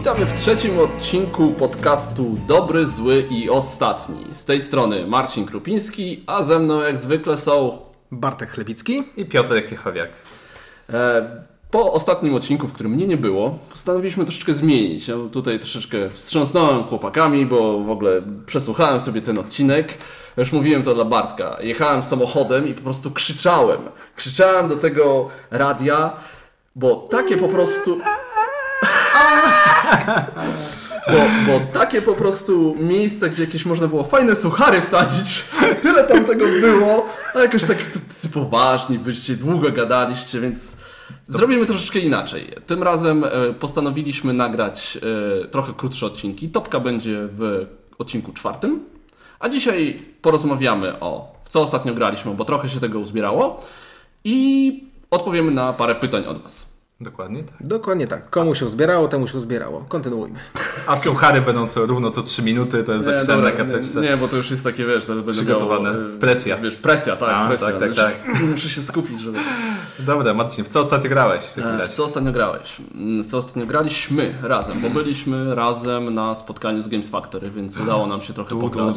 Witamy w trzecim odcinku podcastu Dobry, Zły i Ostatni. Z tej strony Marcin Krupiński, a ze mną jak zwykle są Bartek Chlebicki i Piotr Kiechowiak. Po ostatnim odcinku, w którym mnie nie było, postanowiliśmy troszeczkę zmienić. Ja tutaj troszeczkę wstrząsnąłem chłopakami, bo w ogóle przesłuchałem sobie ten odcinek. Już mówiłem to dla Bartka. Jechałem samochodem i po prostu krzyczałem. Krzyczałem do tego radia, bo takie po prostu... Bo takie po prostu miejsce, gdzie jakieś można było fajne suchary wsadzić, tyle tam tego było, a jakoś tak poważni byście, długo gadaliście, więc zrobimy troszeczkę inaczej. Tym razem postanowiliśmy nagrać trochę krótsze odcinki. Topka będzie w odcinku 4, a dzisiaj porozmawiamy w co ostatnio graliśmy, bo trochę się tego uzbierało i odpowiemy na parę pytań od Was. Dokładnie tak. Dokładnie tak. Komu się zbierało, temu się zbierało. Kontynuujmy. A suchary będą równo co 3 minuty, to jest zapisane na karteczce. Nie, bo to już jest takie, wiesz, teraz będzie przygotowane. Presja. Wiesz, presja, tak. Presja. Tak. Muszę się skupić, żeby... Dobra, Marcin, w co ostatnio grałeś w takim razie? W co ostatnio grałeś? Co ostatnio graliśmy razem, bo byliśmy razem na spotkaniu z Games Factory, więc udało nam się trochę pograć.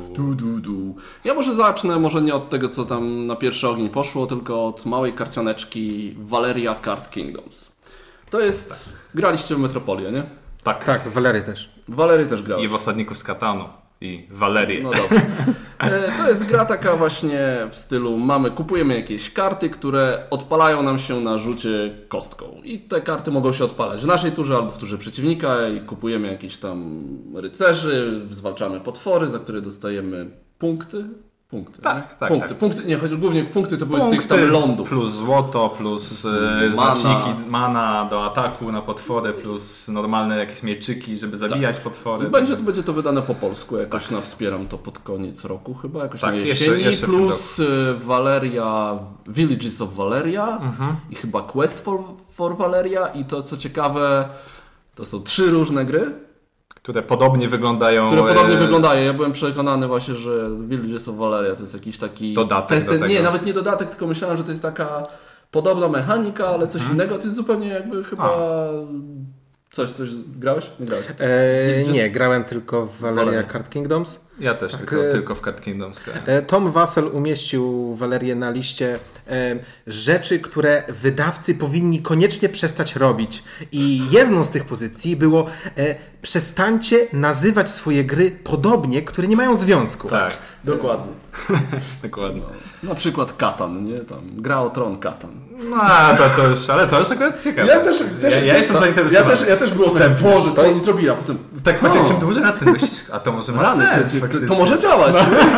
Ja może zacznę, może nie od tego, co tam na pierwszy ogień poszło, tylko od małej karcianeczki Valeria Card Kingdoms. To jest... Graliście w Metropolię, nie? Tak, w Valerię też. W Valerię też grałeś. I w Osadników z Katanu. I Valerię. No dobrze. To jest gra taka właśnie w stylu kupujemy jakieś karty, które odpalają nam się na rzucie kostką. I te karty mogą się odpalać w naszej turze albo w turze przeciwnika i kupujemy jakieś tam rycerzy, zwalczamy potwory, za które dostajemy punkty. Tak. Punkty, nie, choć głównie punkty to były z tych tam lądów. Plus złoto, plus znaczniki mana do ataku na potwory, plus normalne jakieś mieczyki, żeby zabijać potwory. Będzie to wydane po polsku, jakoś wspieram to pod koniec roku chyba, jakoś na jesieni. Jeszcze plus Valeria, Villages of Valeria i chyba Quest for Valeria i to co ciekawe, to są 3 różne gry. Które podobnie wyglądają. Ja byłem przekonany właśnie, że Villages of Valeria to jest jakiś taki... Dodatek do tego. Nie, nawet nie dodatek, tylko myślałem, że to jest taka podobna mechanika, ale coś innego. To jest zupełnie jakby chyba... Coś grałeś? Nie grałeś? Nie, grałem tylko w Valeria Card Kingdoms. Ja też tylko w Card Kingdoms grałem. Tom Wassel umieścił Valerię na liście rzeczy, które wydawcy powinni koniecznie przestać robić. I jedną z tych pozycji było przestańcie nazywać swoje gry podobnie, które nie mają związku. Tak. Dokładnie. Dokładnie. No, na przykład Katan, nie? Tam Gra o Tron Katan. No, to już, ale to jest akurat ciekawe. Ja jestem zainteresowany. Ja też byłem Boże, co oni zrobili, a potem... Tak właśnie, czym dłużej nad tym myślisz, a to może ma sens. To może działać.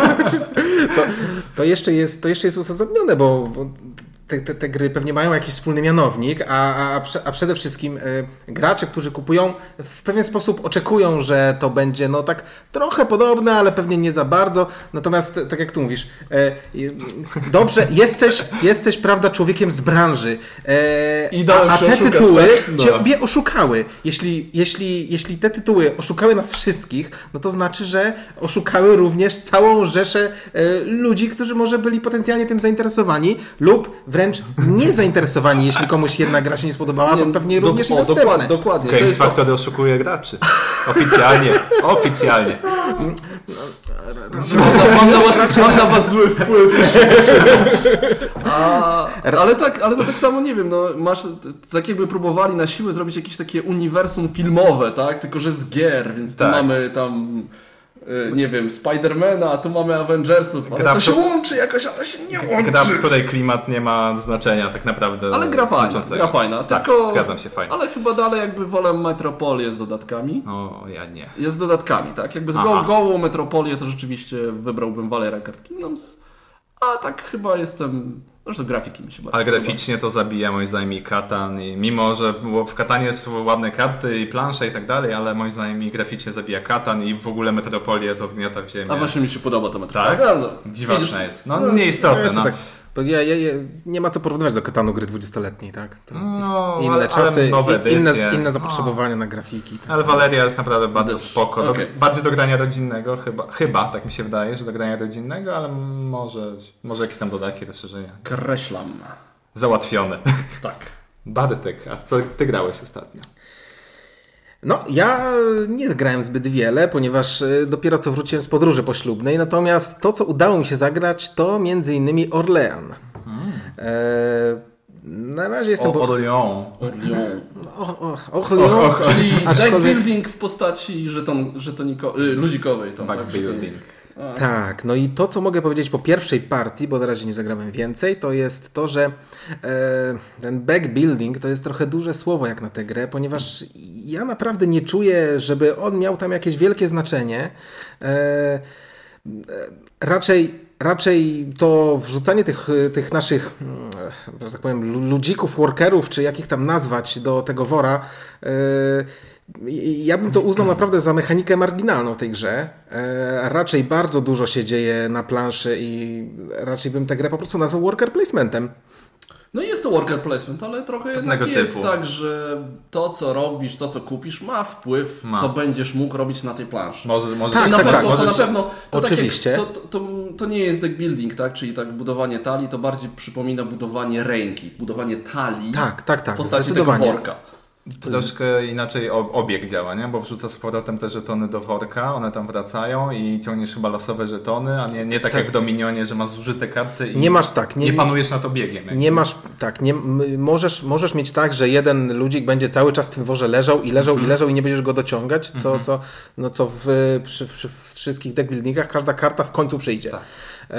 To jeszcze jest uzasadnione, bo te gry pewnie mają jakiś wspólny mianownik, a przede wszystkim gracze, którzy kupują, w pewien sposób oczekują, że to będzie tak trochę podobne, ale pewnie nie za bardzo. Natomiast, tak jak tu mówisz, dobrze, jesteś prawda, człowiekiem z branży, a te tytuły cię obie oszukały. Jeśli te tytuły oszukały nas wszystkich, no to znaczy, że oszukały również całą rzeszę ludzi, którzy może byli potencjalnie tym zainteresowani lub wręcz niezainteresowani, jeśli komuś jedna gra się nie spodobała, to pewnie również i następne. Dokładnie. Games Factory oszukuje graczy. Oficjalnie. Mam na was zły wpływ. Ale to tak samo, nie wiem, tak jakby próbowali na siłę zrobić jakieś takie uniwersum filmowe, tak? Tylko że z gier, więc tu mamy tam... nie wiem, Spidermana, a tu mamy Avengersów, ale to się łączy jakoś, a to się nie łączy. Gra, w której klimat nie ma znaczenia tak naprawdę. Ale gra fajna. Tak, zgadzam się, fajnie. Ale chyba dalej jakby wolę Metropolię z dodatkami. Ja nie. Jest z dodatkami, tak? Jakby z gołą Metropolię to rzeczywiście wybrałbym Valeria Card Kingdoms, a tak chyba jestem... Zresztą grafiki mi się bardzo Ale graficznie to zabija moim zdaniem i Katan, i mimo, że w Katanie są ładne karty i plansze i tak dalej, ale moim zdaniem i graficznie zabija Katan i w ogóle Metropolię to wgniata w ziemię. A właśnie mi się podoba ta Metropolia. Tak? Dziwaczna jest. Nieistotne. Tak. Nie ma co porównywać do Katanu gry 20-letniej, tak? Inne czasy, ale nowe edycje. Inne zapotrzebowanie na grafiki. Tak. Ale Valeria jest naprawdę bardzo spoko. Bardziej do grania rodzinnego chyba, tak mi się wydaje, że do grania rodzinnego, ale może jakieś tam dodatki, rozszerzenia. Kreślam. Załatwione. Tak. Bartek, a w co ty grałeś ostatnio? No, ja nie grałem zbyt wiele, ponieważ dopiero co wróciłem z podróży poślubnej, natomiast to, co udało mi się zagrać, to między innymi Orlean. Na razie jestem... Orlean. Orlean. Czyli Aczkolwiek- deck building w postaci luzikowej. Tam, Back tak? building. Tak, no i to, co mogę powiedzieć po pierwszej partii, bo na razie nie zagrałem więcej, to jest to, że ten backbuilding to jest trochę duże słowo jak na tę grę, ponieważ ja naprawdę nie czuję, żeby on miał tam jakieś wielkie znaczenie. Raczej to wrzucanie tych naszych, że tak powiem, ludzików, workerów, czy jak ich tam nazwać, do tego wora, ja bym to uznał naprawdę za mechanikę marginalną w tej grze. Raczej bardzo dużo się dzieje na planszy i raczej bym tę grę po prostu nazwał worker placementem. No i jest to worker placement, ale trochę jednak jest tak, że to co robisz, to co kupisz ma wpływ, co będziesz mógł robić na tej planszy. Może Tak, na pewno, możesz, to na pewno to oczywiście. Tak jak, to nie jest deck building, tak? Czyli tak budowanie talii, to bardziej przypomina budowanie ręki, budowanie talii tak, w postaci tego zdecydowanie. worka. Troszkę inaczej obieg działa, nie? Bo wrzuca z powrotem te żetony do worka, one tam wracają i ciągniesz chyba losowe żetony, a nie tak jak w Dominionie, że masz zużyte karty i nie panujesz nad obiegiem. Nie masz, tak, możesz mieć tak, że jeden ludzik będzie cały czas w tym worze leżał i nie będziesz go dociągać, co przy wszystkich deckbuildingach każda karta w końcu przyjdzie. Tak.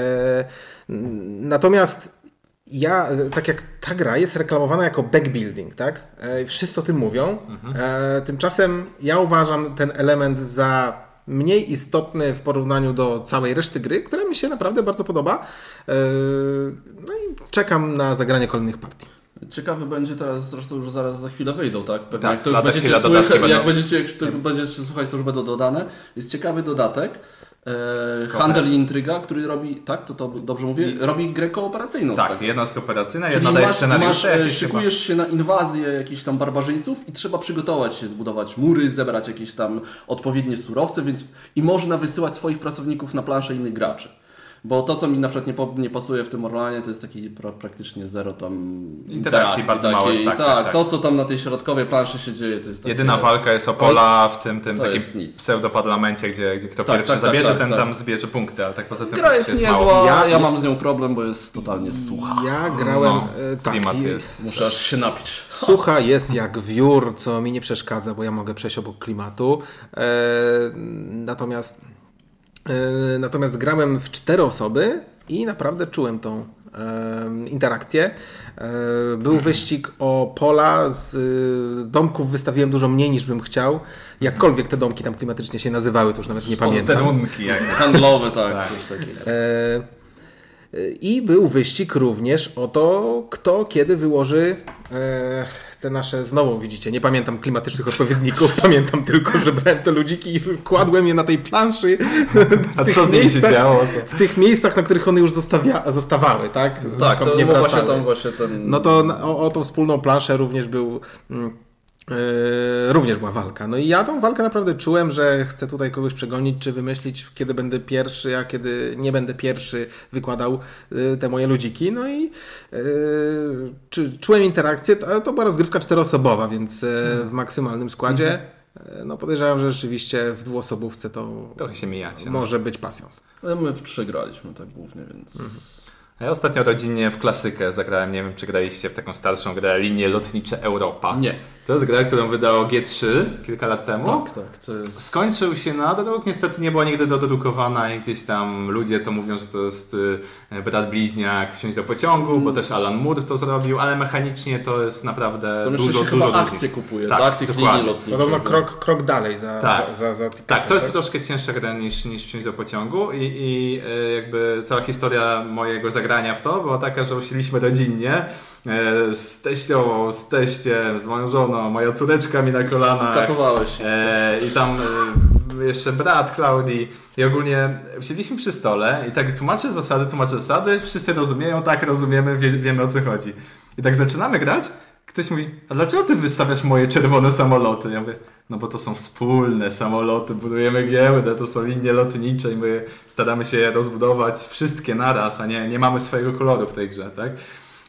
Natomiast tak jak ta gra jest reklamowana jako backbuilding, tak? Wszyscy o tym mówią. Tymczasem ja uważam ten element za mniej istotny w porównaniu do całej reszty gry, która mi się naprawdę bardzo podoba. No i czekam na zagranie kolejnych partii. Ciekawy będzie teraz, zresztą już zaraz za chwilę wyjdą, tak? Pewnie Tak, jak to już będziecie będą. słuchać, to już będą dodane. Jest ciekawy dodatek. Handel i intryga, który robi, tak, to dobrze mówię, robi grę kooperacyjną. Tak, jedna jest kooperacyjna, czyli jedna daje scenariusze. szykujesz się na inwazję jakichś tam barbarzyńców i trzeba przygotować się, zbudować mury, zebrać jakieś tam odpowiednie surowce, i można wysyłać swoich pracowników na planszę innych graczy. Bo to, co mi na przykład nie pasuje w tym Orleanie, to jest taki praktycznie zero tam interakcji bardzo małe. Tak. To, co tam na tej środkowej planszy się dzieje, to jest takie... Jedyna walka jest o pola w tym takim pseudoparlamencie, gdzie kto pierwszy zabierze, ten tam zbierze punkty, ale tak poza tym gra jest niezła, ja mam z nią problem, bo jest totalnie sucha. Ja grałem... klimat jest... Muszę aż się napić. Sucha jest jak wiór, co mi nie przeszkadza, bo ja mogę przejść obok klimatu. Natomiast grałem w 4 osoby i naprawdę czułem tą interakcję. Był wyścig o pola, z domków wystawiłem dużo mniej niż bym chciał. Jakkolwiek te domki tam klimatycznie się nazywały, to już nawet nie pamiętam. Posterunki jakieś. Handlowe, tak. Coś takiego. I był wyścig również o to, kto kiedy wyłoży te nasze, znowu widzicie, nie pamiętam klimatycznych odpowiedników, pamiętam tylko, że brałem te ludziki i kładłem je na tej planszy. A co z nimi się działo? W tych miejscach, na których one już zostawały, tak? Tak, to nie wracały. Właśnie ten... No to o tą wspólną planszę również była walka. No i ja tą walkę naprawdę czułem, że chcę tutaj kogoś przegonić, czy wymyślić, kiedy będę pierwszy, a kiedy nie będę pierwszy wykładał te moje ludziki. No i czułem interakcję. To była rozgrywka 4-osobowa, więc w maksymalnym składzie. No podejrzewam, że rzeczywiście w 2-osobówce to trochę się mijacie. Może być pasjons. My w 3 graliśmy tak głównie, więc... Ja ostatnio rodzinnie w klasykę zagrałem, nie wiem czy graliście w taką starszą grę, Linie Lotnicze Europa. Nie. To jest gra, którą wydało G3 kilka lat temu. Tak. To jest... Skończył się nadruk, niestety nie była nigdy dodrukowana i gdzieś tam ludzie to mówią, że to jest brat bliźniak Wsiąść do pociągu, bo też Alan Moore to zrobił, ale mechanicznie to jest naprawdę to dużo akcje kupuje, tak? Tych linii lotniczych. Podobno krok dalej Tak, to jest troszkę cięższa gra niż Wsiąść do pociągu i jakby cała historia mojego zagrania w to była taka, że usiedliśmy rodzinnie z teściową, z teściem, z moją żoną, moja córeczka mi na kolanach. Skatowałeś. I tam jeszcze brat Klaudii i ogólnie wsiedliśmy przy stole i tak tłumaczę zasady, wszyscy rozumieją, tak rozumiemy, wiemy o co chodzi. I tak zaczynamy grać, ktoś mówi, a dlaczego ty wystawiasz moje czerwone samoloty? Ja mówię, no bo to są wspólne samoloty, budujemy giełdę, to są linie lotnicze i my staramy się je rozbudować wszystkie naraz, a nie mamy swojego koloru w tej grze, tak?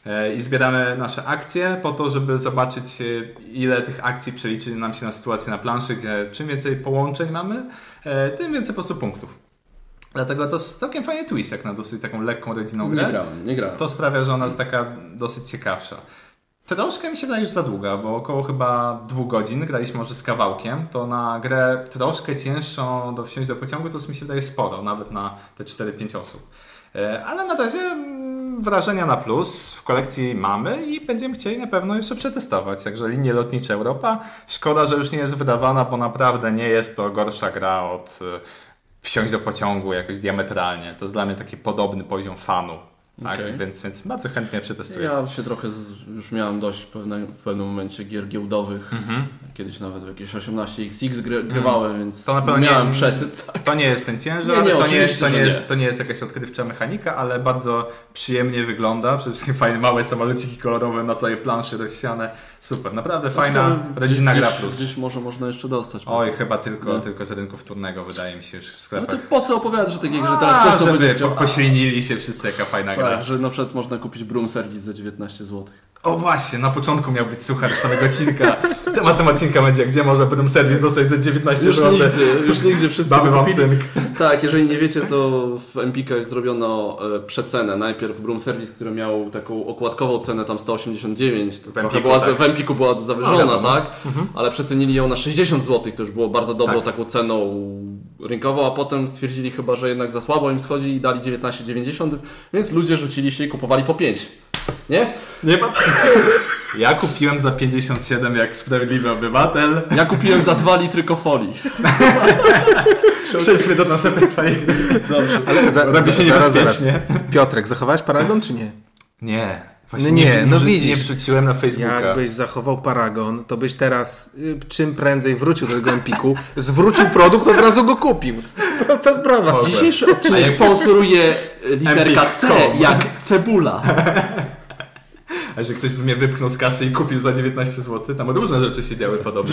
i zbieramy nasze akcje po to, żeby zobaczyć, ile tych akcji przeliczy nam się na sytuację na planszy, gdzie czym więcej połączeń mamy, tym więcej po prostu punktów. Dlatego to jest całkiem fajny twist, jak na dosyć taką lekką, rodzinną grę. Nie grałem. To sprawia, że ona jest taka dosyć ciekawsza. Troszkę mi się wydaje, że za długa, bo około chyba 2 godzin graliśmy może z kawałkiem, to na grę troszkę cięższą do wsiąść do pociągu, to mi się wydaje sporo, nawet na te 4-5 osób. Ale na razie wrażenia na plus w kolekcji mamy i będziemy chcieli na pewno jeszcze przetestować. Także linie lotnicze Europa. Szkoda, że już nie jest wydawana, bo naprawdę nie jest to gorsza gra od wsiąść do pociągu jakoś diametralnie. To jest dla mnie taki podobny poziom fanu. Tak? Okay. Więc bardzo chętnie przetestuję. Ja się trochę już miałem dość w pewnym momencie gier giełdowych. Kiedyś nawet w jakieś 18XX grywałem, więc to na pewno miałem przesyt. Tak. To nie jest ten ciężar, to nie jest jakaś odkrywcza mechanika, ale bardzo przyjemnie wygląda. Przede wszystkim fajne małe samolociki kolorowe na całej planszy rozsiane. Super, naprawdę fajna, rodzinna gra plus. Gdzieś może można jeszcze dostać. Oj, chyba tylko z rynku wtórnego, wydaje mi się, już w sklepach. No to po co opowiadać o takiej grze, że teraz ktoś to będzie chciał. Poślinili się wszyscy, jaka fajna gra. Tak, że na przykład można kupić Broom Service za 19 zł. O właśnie, na początku miał być suchar samego odcinka. Tematem odcinka będzie, gdzie można Broom Service dostać za 19 zł. Już nigdzie wszyscy Mamy wam cynk. Tak, jeżeli nie wiecie, to w Empikach zrobiono przecenę. Najpierw Broom Service, który miał taką okładkową cenę tam 189, to w Empiku była zawyżona, tak? Ale przecenili ją na 60 zł, to już było bardzo dobrą taką ceną rynkową, a potem stwierdzili chyba, że jednak za słabo im schodzi i dali 19,90, więc ludzie rzucili się i kupowali po 5. Nie? Nie. Ja kupiłem za 57 jak sprawiedliwy obywatel. Ja kupiłem za 2 litry kofolii. Przejdźmy do następnej twojej gry. Dobrze. Ale robi się niebezpiecznie. Piotrek, zachowałeś Paragon czy nie? Nie. Właśnie widzisz. Nie wrzuciłem na Facebooka. Jakbyś zachował Paragon, to byś teraz czym prędzej wrócił do tego Empiku, zwrócił produkt, od razu go kupił. Prosta sprawa. Dzisiejszy odcinek sponsoruje literka C jak cebula. A że ktoś by mnie wypchnął z kasy i kupił za 19 zł, tam różne rzeczy się działy podobnie.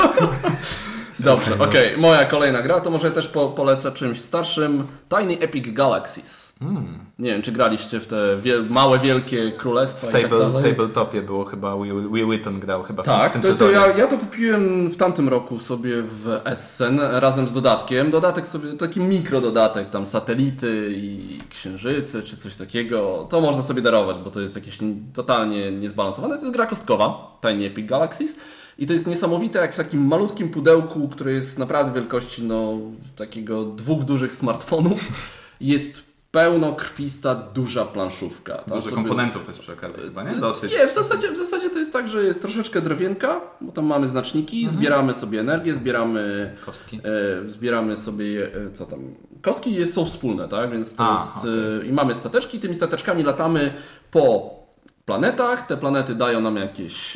Dobrze, okej. Moja kolejna gra, to może też polecę czymś starszym. Tiny Epic Galaxies. Nie wiem, czy graliście w te małe, wielkie królestwa w tabletopie było chyba, Will Wheaton grał chyba w tym sezonie. Ja to kupiłem w tamtym roku sobie w Essen razem z dodatkiem. Dodatek sobie, taki mikrododatek, tam satelity i księżyce czy coś takiego. To można sobie darować, bo to jest jakieś totalnie niezbalansowane. To jest gra kostkowa, Tiny Epic Galaxies. I to jest niesamowite, jak w takim malutkim pudełku, które jest naprawdę wielkości takiego 2 dużych smartfonów, jest pełnokrwista, duża planszówka. Tam dużo komponentów też przy okazji chyba, nie? Dosyć. Nie, w zasadzie to jest tak, że jest troszeczkę drewienka, bo tam mamy znaczniki, zbieramy sobie energię, zbieramy kostki. Zbieramy sobie, co tam, kostki są wspólne, tak? Więc to jest, i mamy stateczki, tymi stateczkami latamy po planetach, te planety dają nam jakieś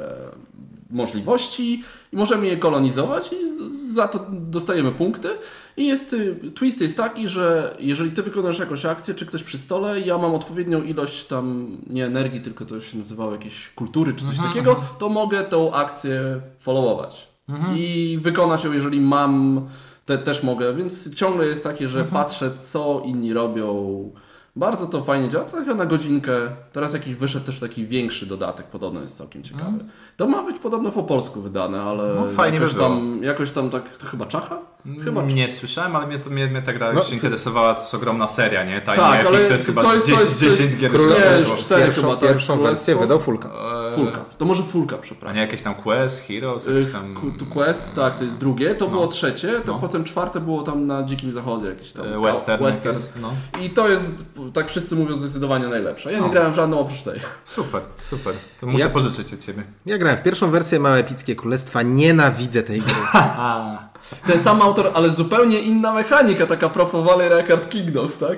możliwości i możemy je kolonizować i za to dostajemy punkty. I twist jest taki, że jeżeli ty wykonasz jakąś akcję, czy ktoś przy stole, ja mam odpowiednią ilość tam, nie energii, tylko to się nazywało jakieś kultury, czy coś takiego, to mogę tą akcję followować. I wykonać ją, jeżeli mam, też mogę, więc ciągle jest takie, że patrzę, co inni robią. Bardzo to fajnie działa, to tak na godzinkę. Teraz jakiś wyszedł też taki większy dodatek, podobno jest całkiem ciekawy. To ma być podobno po polsku wydane, ale fajnie jakoś tam tak, to chyba Czacha? Chyba nie słyszałem, ale mnie ta gra już interesowała, to jest ogromna seria, nie? Tiny tak, Epic, to jest chyba 10 gier. Pierwszą wersję wydał Fulka. To może Fulka, przepraszam. A nie jakieś tam Quest, Heroes? Quest, tak, to jest drugie, to było trzecie, to potem czwarte było tam na Dzikim Zachodzie jakiś tam Western. I to jest, tak wszyscy mówią, zdecydowanie najlepsze. Ja nie grałem w żadną oprócz tej. Super. To muszę pożyczyć od Ciebie. Ja grałem w pierwszą wersję Małe Epickie Królestwa, nienawidzę tej gry. Ten sam autor, ale zupełnie inna mechanika, taka propos Valeria Card Kingdoms, tak?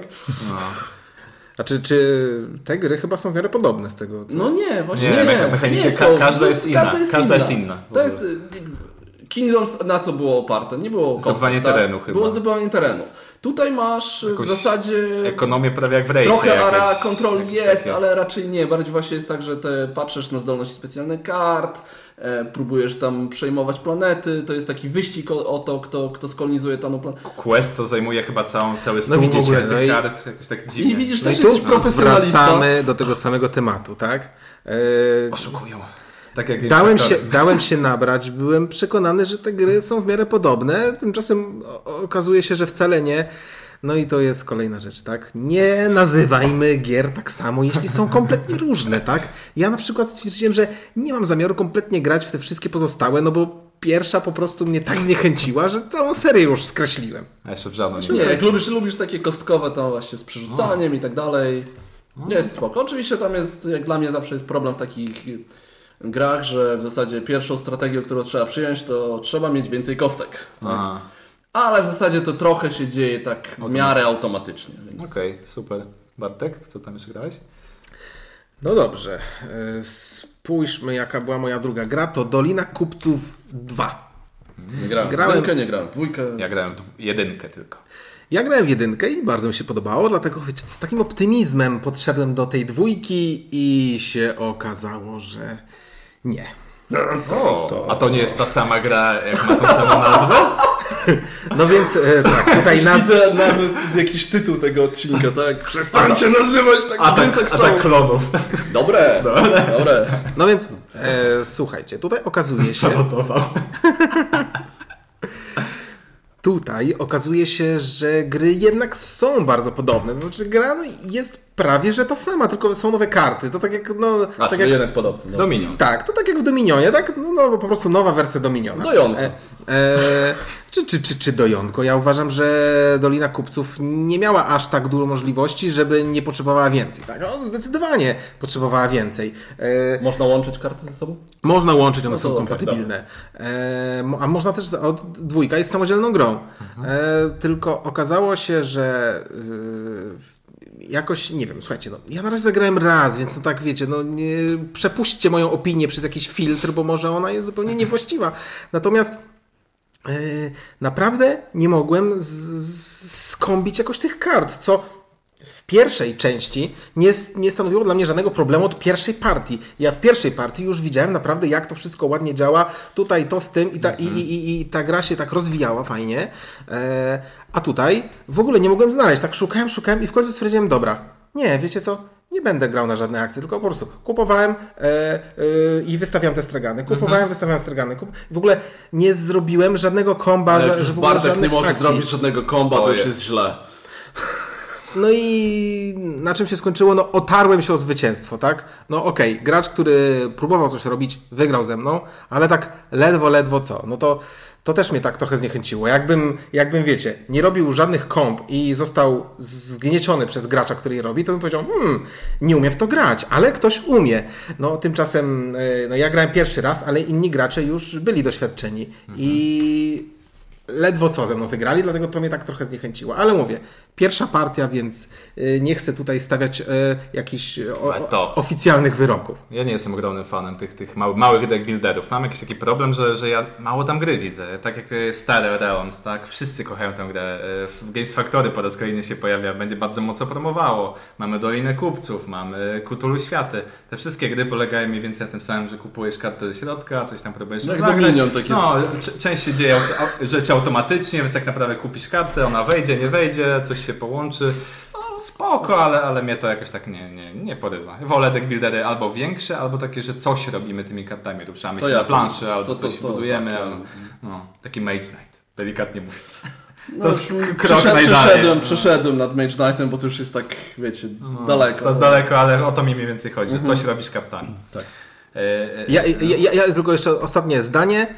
A czy te gry chyba są w miarę podobne z tego? Co? No nie, właśnie nie. Mechanicznie każda jest inna. To jest Kingdoms na co było oparte? Nie było Zdobywanie terenu chyba. Było zdobywanie terenów. Tutaj masz w zasadzie... Ekonomię prawie jak w rejsie. Trochę area control jest, takie. Ale raczej nie. Bardziej właśnie jest tak, że patrzysz na zdolności specjalnych kart, próbujesz tam przejmować planety, to jest taki wyścig o to, kto skolonizuje daną planetę. Quest to zajmuje chyba cały stół w ogóle tych kart, jakoś tak dziwnie. I widzisz, też jesteś profesjonalista. Wracamy do tego samego tematu, tak? Oszukują. Tak jak dałem się nabrać, byłem przekonany, że te gry są w miarę podobne, tymczasem okazuje się, że wcale nie. No i to jest kolejna rzecz, tak? Nie nazywajmy gier tak samo, jeśli są kompletnie różne, tak? Ja na przykład stwierdziłem, że nie mam zamiaru kompletnie grać w te wszystkie pozostałe, no bo pierwsza po prostu mnie tak zniechęciła, że całą serię już skreśliłem. A jeszcze w żadną nie jak lubisz takie kostkowe, to właśnie z przerzucaniem i tak dalej. Jest spoko. Oczywiście tam jest, jak dla mnie zawsze jest problem w takich grach, że w zasadzie pierwszą strategią, którą trzeba przyjąć, to trzeba mieć więcej kostek. Tak? Ale w zasadzie to trochę się dzieje tak w miarę automatycznie. Więc... Okej, super. Bartek, co tam jeszcze grałeś? No dobrze. Spójrzmy, jaka była moja druga gra. To Dolina Kupców 2. Nie grałem. Nie grałem. Dwójkę. Ja grałem jedynkę tylko. Ja grałem w jedynkę i bardzo mi się podobało, dlatego wiecie, z takim optymizmem podszedłem do tej dwójki i się okazało, że nie. A to nie jest ta sama gra, jak ma tą samą nazwę? No więc tak, tutaj widzę nawet jakiś tytuł tego odcinka, tak? Przestańcie nazywać tak samo. Atak klonów. Dobre. No więc słuchajcie, tutaj okazuje się... Tutaj okazuje się, że gry jednak są bardzo podobne. To znaczy gra jest prawie że ta sama, tylko są nowe karty. To tak jak... tak jak jednak podobne. No. Dominion. Tak, to tak jak w Dominionie, tak? No po prostu nowa wersja Dominiona. Dojonko. Czy Dojonko? Ja uważam, że Dolina Kupców nie miała aż tak dużo możliwości, żeby nie potrzebowała więcej. Tak? Zdecydowanie potrzebowała więcej. Można łączyć karty ze sobą? Można łączyć, one są kompatybilne. A można też... Dwójka jest samodzielną grą. Tylko okazało się, że... jakoś, nie wiem, słuchajcie, ja na razie zagrałem raz, więc tak wiecie, nie przepuśćcie moją opinię przez jakiś filtr, bo może ona jest zupełnie niewłaściwa. Natomiast naprawdę nie mogłem skombić jakoś tych kart, co w pierwszej części nie stanowiło dla mnie żadnego problemu od pierwszej partii. Ja w pierwszej partii już widziałem naprawdę, jak to wszystko ładnie działa. Tutaj to z tym i ta gra się tak rozwijała fajnie. A tutaj w ogóle nie mogłem znaleźć. Tak szukałem i w końcu stwierdziłem, dobra, nie, wiecie co? Nie będę grał na żadne akcje, tylko po prostu kupowałem i wystawiam te stragany. Wystawiam stragany. W ogóle nie zrobiłem żadnego komba. Że Bartek nie może zrobić żadnego komba, to już jest źle. No i na czym się skończyło? Otarłem się o zwycięstwo, tak? Okej, gracz, który próbował coś robić, wygrał ze mną, ale tak ledwo co? To też mnie tak trochę zniechęciło. Jakbym, wiecie, nie robił żadnych komb i został zgnieciony przez gracza, który je robi, to bym powiedział, nie umiem w to grać, ale ktoś umie. Tymczasem ja grałem pierwszy raz, ale inni gracze już byli doświadczeni i ledwo co ze mną wygrali, dlatego to mnie tak trochę zniechęciło. Ale mówię, pierwsza partia, więc nie chcę tutaj stawiać jakichś oficjalnych wyroków. Ja nie jestem ogromnym fanem tych małych deck builderów. Mam jakiś taki problem, że ja mało tam gry widzę. Tak jak stare Realms, tak? Wszyscy kochają tę grę. W Games Factory po raz kolejny się pojawia, będzie bardzo mocno promowało. Mamy Dolinę Kupców, mamy Cthulhu Światy. Te wszystkie gry polegają mniej więcej na tym samym, że kupujesz kartę ze środka, coś tam próbujesz zagrać. Dominion takie. Część się dzieje rzeczy automatycznie, więc jak naprawdę kupisz kartę, ona wejdzie, nie wejdzie, coś się połączy. Spoko, ale mnie to jakoś tak nie porywa. Wolę deck buildery albo większe, albo takie, że coś robimy tymi kartami. Ruszamy się na planszy, albo coś budujemy. Taki Mage Knight, delikatnie mówiąc. To jest przeszedłem nad Mage Knightem, bo to już jest tak, wiecie, daleko. To jest daleko, ale o to mi mniej więcej chodzi. Coś robisz kartami. Tak. Ja tylko jeszcze ostatnie zdanie.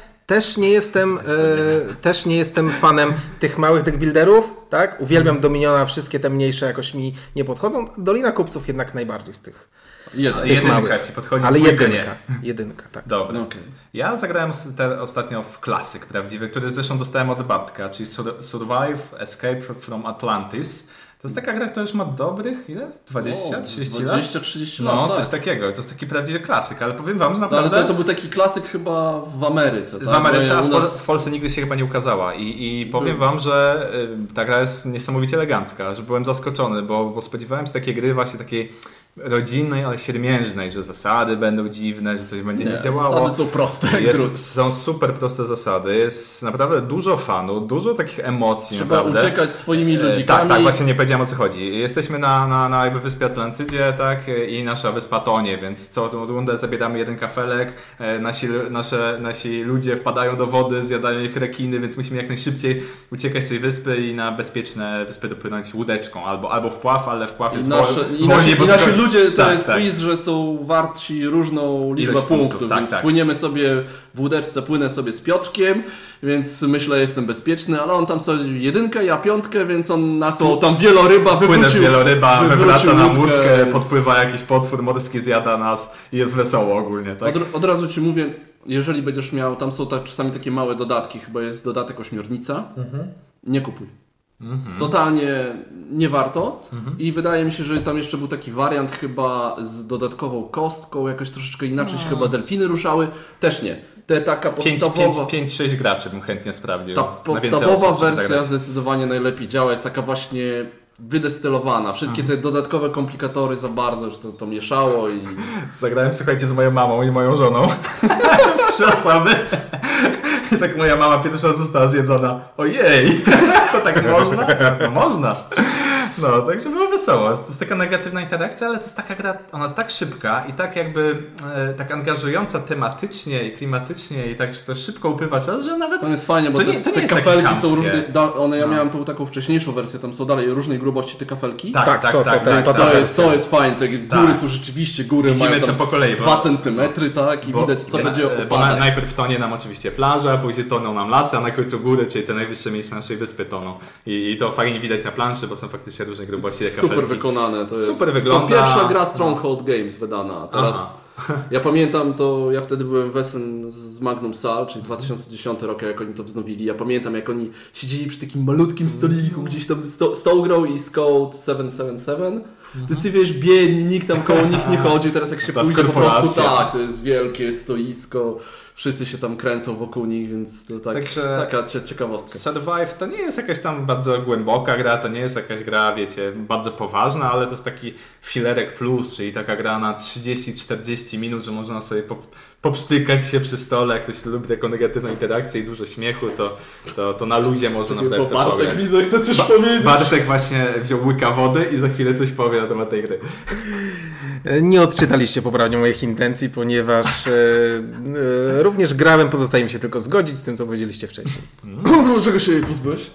Też nie jestem fanem tych małych deckbuilderów, tak? Uwielbiam Dominiona, wszystkie te mniejsze jakoś mi nie podchodzą. Dolina Kupców jednak najbardziej z tych Jedynka ci podchodzi. Ale dwójka jedynka, tak. Dobra. Okay. Ja zagrałem ostatnio w klasyk prawdziwy, który zresztą dostałem od Bartka, czyli Survive Escape from Atlantis. To jest taka gra, która już ma dobrych, ile? 20-30 lat? 20-30 lat, No, tak. coś takiego. To jest taki prawdziwy klasyk, ale powiem wam, że naprawdę... Ale to był taki klasyk chyba w Ameryce, tak? W Ameryce, a w Polsce nigdy się chyba nie ukazała. I powiem wam, że ta gra jest niesamowicie elegancka, że byłem zaskoczony, bo spodziewałem się takiej gry właśnie takiej rodzinnej, ale siermiężnej, że zasady będą dziwne, że coś będzie nie działało. Zasady są proste. Są super proste zasady, jest naprawdę dużo fanu, dużo takich emocji. Trzeba naprawdę. uciekać swoimi ludzikami. Tak, właśnie nie powiedziałem, o co chodzi. Jesteśmy na jakby wyspie Atlantydzie, tak, i nasza wyspa tonie, więc co rundę zabieramy jeden kafelek, nasi ludzie wpadają do wody, zjadają ich rekiny, więc musimy jak najszybciej uciekać z tej wyspy i na bezpieczne wyspy dopłynąć łódeczką, albo wpław, ale wpław jest wolniej. I nasi ludzie to jest twist, że są warci różną liczbę punktów, więc płyniemy sobie w łódeczce, płynę sobie z Piotrkiem, więc myślę, jestem bezpieczny, ale on tam sobie jedynkę, ja piątkę, więc on nasłał tam wieloryba, wywraca na łódkę, podpływa jakiś potwór morski, zjada nas i jest wesoło ogólnie. Tak? Od razu Ci mówię, jeżeli będziesz miał, tam są czasami takie małe dodatki, chyba jest dodatek ośmiornica, nie kupuj. Totalnie nie warto i wydaje mi się, że tam jeszcze był taki wariant chyba z dodatkową kostką, jakoś troszeczkę inaczej się chyba delfiny ruszały, też nie. Taka podstawowa... 5-6 graczy bym chętnie sprawdził. Ta podstawowa wersja zdecydowanie najlepiej działa, jest taka właśnie wydestylowana. Wszystkie te dodatkowe komplikatory za bardzo już to mieszało i... Zagrałem, słuchajcie, z moją mamą i moją żoną. 3 osoby. I tak moja mama pierwsza została zjedzona. Ojej! To tak można? No można. No, także było wesoło. To jest taka negatywna interakcja, ale to jest taka gra, ona jest tak szybka i tak jakby tak angażująca tematycznie i klimatycznie i tak, że to szybko upływa czas, że nawet... To jest fajnie, bo te kafelki są różne, ja miałem tą taką wcześniejszą wersję, tam są dalej różnej grubości te kafelki. Tak. To jest fajne, te góry są rzeczywiście, góry mają tam po kolei, 2 centymetry, tak, i widać co będzie opadać. Bo najpierw tonie nam oczywiście plaża, później toną nam lasy, a na końcu góry, czyli te najwyższe miejsca naszej wyspy toną. I to fajnie widać na planszy, bo są faktycznie różnej grubości te kafelki. Super wykonane, to jest. Super wygląda. To pierwsza gra Stronghold Games wydana. Teraz ja pamiętam to, ja wtedy byłem w Essen z Magnum Sal, czyli 2010 rok, jak oni to wznowili. Ja pamiętam, jak oni siedzieli przy takim malutkim stoliku, gdzieś tam z tą grą i z Code 777. Ty wiesz, biedni, nikt tam koło nich nie chodzi, teraz jak się pójdzie po prostu to jest wielkie stoisko. Wszyscy się tam kręcą wokół nich, więc to taka ciekawostka. Survive to nie jest jakaś tam bardzo głęboka gra, to nie jest jakaś gra, wiecie, bardzo poważna, ale to jest taki filerek plus, czyli taka gra na 30-40 minut, że można sobie popsztykać się przy stole, jak ktoś lubi taką negatywną interakcję i dużo śmiechu, to na luzie można naprawdę w to pograć. Bartek widzę, chce coś powiedzieć. Bartek właśnie wziął łyka wody i za chwilę coś powie na temat tej gry. Nie odczytaliście poprawnie moich intencji, ponieważ również grałem, pozostaje mi się tylko zgodzić z tym, co powiedzieliście wcześniej. Dlaczego się jej pozbyłeś?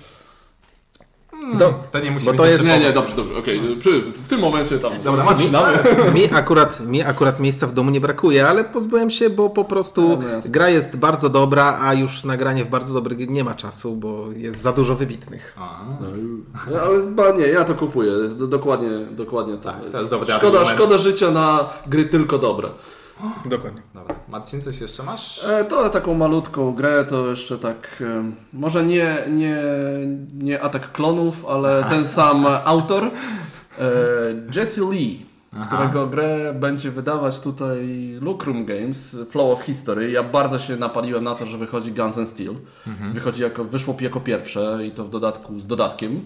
To nie musi być... To jest... Nie, dobrze, okej. W tym momencie tam... Dobra, mi akurat miejsca w domu nie brakuje, ale pozbyłem się, bo po prostu gra jest bardzo dobra, a już nagranie w bardzo dobry nie ma czasu, bo jest za dużo wybitnych. Ale nie, ja to kupuję. Jest dokładnie tak. To jest dobry szkoda życia na gry tylko dobre. Dokładnie. Dobra. Marcin, coś jeszcze masz? To taką malutką grę, to jeszcze tak, może nie Atak Klonów, ale ten sam autor, Jesse Lee, którego grę będzie wydawać tutaj Lucrum Games, Flow of History. Ja bardzo się napaliłem na to, że wychodzi Guns N' Steel. Wyszło jako pierwsze i to w dodatku z dodatkiem.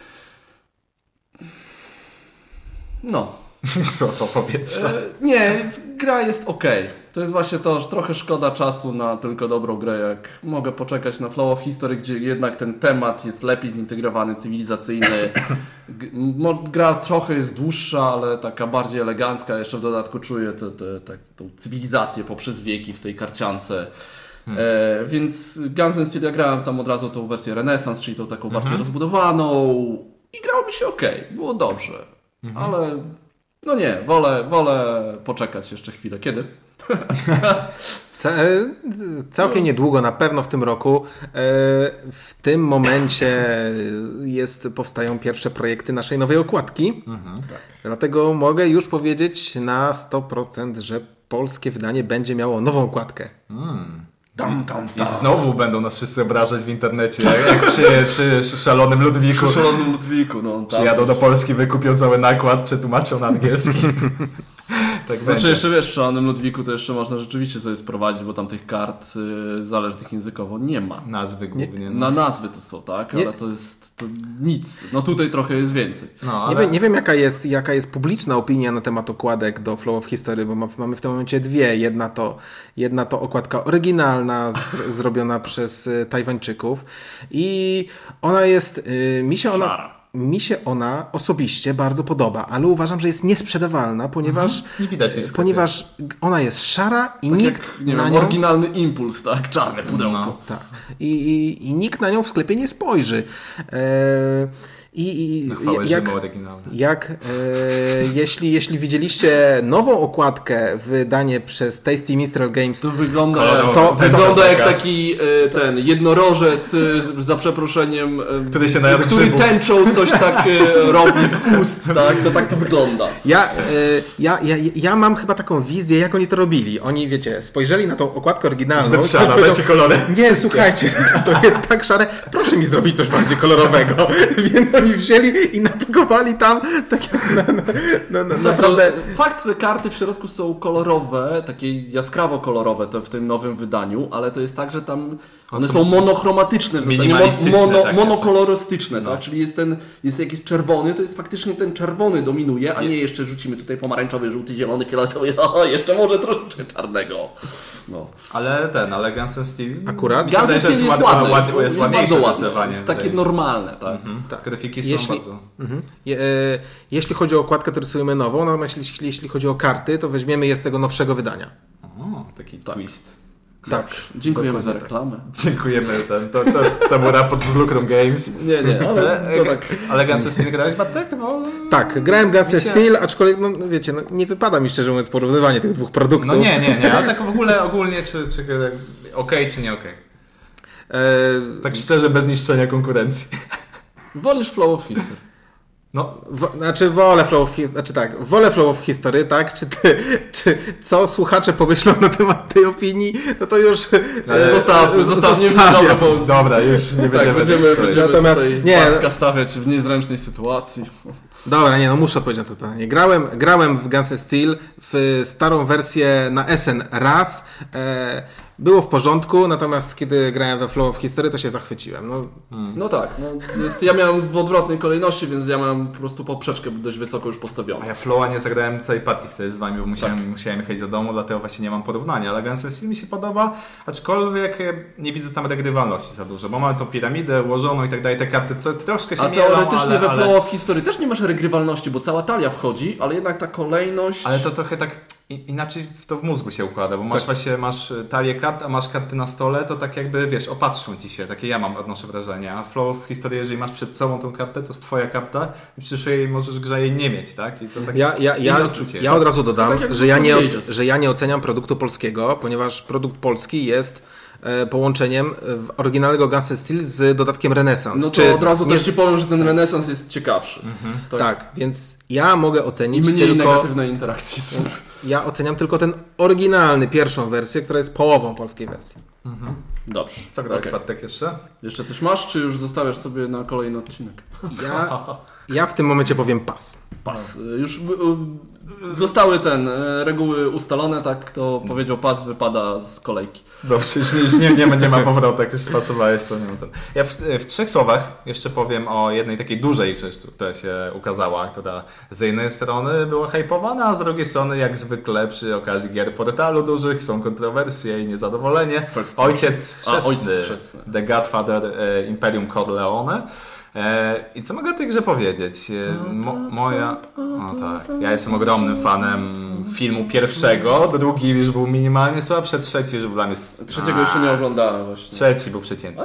No. Słowo powietrza. Nie, gra jest okej. To jest właśnie to, że trochę szkoda czasu na tylko dobrą grę, jak mogę poczekać na Flow of History, gdzie jednak ten temat jest lepiej zintegrowany, cywilizacyjny. Gra trochę jest dłuższa, ale taka bardziej elegancka. Jeszcze w dodatku czuję tą cywilizację poprzez wieki w tej karciance. Więc Guns N' Steel ja grałem tam od razu tą wersję Renaissance, czyli tą taką bardziej rozbudowaną i grało mi się okej. Było dobrze. Ale... No nie, wolę poczekać jeszcze chwilę. Kiedy? Całkiem niedługo, na pewno w tym roku. W tym momencie powstają pierwsze projekty naszej nowej okładki. Tak. Dlatego mogę już powiedzieć na 100%, że polskie wydanie będzie miało nową okładkę. I znowu będą nas wszyscy obrażać w internecie, jak przy Szalonym Ludwiku. Przy Szalonym Ludwiku, no. Przyjadą do Polski, wykupią cały nakład, przetłumaczą na angielski. Tak znaczy jeszcze wiesz, w Szalonym Ludwiku to jeszcze można rzeczywiście sobie sprowadzić, bo tam tych kart zależnych językowo nie ma. Nazwy głównie. Na nazwy to są, tak? Ale to jest nic. No tutaj trochę jest więcej. No, ale... nie wiem jaka jest publiczna opinia na temat okładek do Flow of History, bo mamy w tym momencie dwie. Jedna to okładka oryginalna, zrobiona przez Tajwańczyków i ona jest... Mi się ona osobiście bardzo podoba, ale uważam, że jest niesprzedawalna, ponieważ, nie widać ponieważ ona jest szara i tak nikt jak, na nią... Oryginalny Impuls, tak? Czarne pudełko. No, tak. I nikt na nią w sklepie nie spojrzy. Jeśli widzieliście nową okładkę wydanie przez Tasty Minstrel Games, to wygląda jak taki ten jednorożec za przeproszeniem, który tęczą coś tak robi z ust, tak? To tak to wygląda. Ja mam chyba taką wizję, jak oni to robili. Oni, wiecie, spojrzeli na tą okładkę oryginalną. Zbyt szara, dajcie kolory. Nie, słuchajcie, to jest tak szare. Proszę mi zrobić coś bardziej kolorowego. Więc oni wzięli i napakowali tam tak jak naprawdę... Fakt, te karty w środku są kolorowe, takie jaskrawo kolorowe to w tym nowym wydaniu, ale to jest tak, że tam one są monochromatyczne w zasadzie, monokolorystyczne, tak? Czyli jest jakiś czerwony, to jest faktycznie ten czerwony dominuje, a nie jeszcze rzucimy tutaj pomarańczowy, żółty, zielony, fioletowy, jeszcze może troszeczkę czarnego. No. Ale Guns N' Steel... Akurat? Guns N' Steel jest ładny, jest ładniejsze to jest takie normalne, tak? Tak. Grafiki są bardzo... Jeśli chodzi o okładkę, to rysujemy nową, natomiast jeśli chodzi o karty, to weźmiemy je z tego nowszego wydania. Taki twist. Tak, dziękujemy za reklamę. Dziękujemy, to był raport z Lucrum Games. Nie, ale to tak. Ale Guns N' Steel grałeś, Bartek? Bo... Tak, grałem Guns N' Steel, aczkolwiek, no wiecie, nie wypada mi szczerze mówiąc porównywanie tych dwóch produktów. No nie, ale tak w ogóle ogólnie, czy okej, czy nie okej? Tak szczerze, bez niszczenia konkurencji. Wolisz Flow of History? No, wolę Flow of History, tak? Czy co słuchacze pomyślą na temat tej opinii, no to już zostawmy. Dobra, już nie będziemy natomiast Bartka stawiać w niezręcznej sytuacji. Dobra, muszę odpowiedzieć na to pytanie. Grałem w Guns N' Steel w starą wersję na SN raz. Było w porządku, natomiast kiedy grałem we Flow of History, to się zachwyciłem. No tak, ja miałem w odwrotnej kolejności, więc ja miałem po prostu poprzeczkę dość wysoko już postawioną. A ja Flowa nie zagrałem całej partii wtedy z wami, bo musiałem jechać do domu, dlatego właśnie nie mam porównania, ale Guns N' Steel mi się podoba, aczkolwiek nie widzę tam regrywalności za dużo, bo mamy tą piramidę ułożoną i tak dalej, te karty troszkę się mielą, teoretycznie we Flow of History też nie masz regrywalności, bo cała talia wchodzi, ale jednak ta kolejność... Ale to trochę tak... Inaczej to w mózgu się układa, bo masz talię kart, a masz karty na stole, to tak jakby, wiesz, opatrzą ci się, takie ja odnoszę wrażenie, a Flow of History, jeżeli masz przed sobą tą kartę, to jest twoja karta i przecież możesz grze jej nie mieć, tak? I to tak ja od razu dodam, że ja nie oceniam produktu polskiego, ponieważ produkt polski jest połączeniem oryginalnego Guns N' Steel z dodatkiem Renesans. No to od razu też ci powiem, że ten Renesans jest ciekawszy. Tak, więc ja mogę ocenić i mniej negatywnej interakcji są. Ja oceniam tylko ten oryginalny, pierwszą wersję, która jest połową polskiej wersji. Dobrze. Co grałeś, Bartek, jeszcze? Jeszcze coś masz, czy już zostawiasz sobie na kolejny odcinek? Ja w tym momencie powiem pas. Już zostały reguły ustalone, tak? Kto powiedział pas, wypada z kolejki. Dobrze, już nie ma powrotu, jak już spasowałeś, to nie ma ten. Ja w 3 słowach jeszcze powiem o jednej takiej dużej rzeczy, która się ukazała, która z jednej strony była hypowana, a z drugiej strony, jak zwykle przy okazji gier portalu dużych, są kontrowersje i niezadowolenie. Ojciec Chrzestny, The Godfather Imperium Corleone. I co mogę o tej grze powiedzieć? No tak, ja jestem ogromnym fanem filmu pierwszego, drugi już był minimalnie słabszy, trzeci już był dla mnie... Trzeciego jeszcze nie oglądałem właśnie. Trzeci był przeciętny,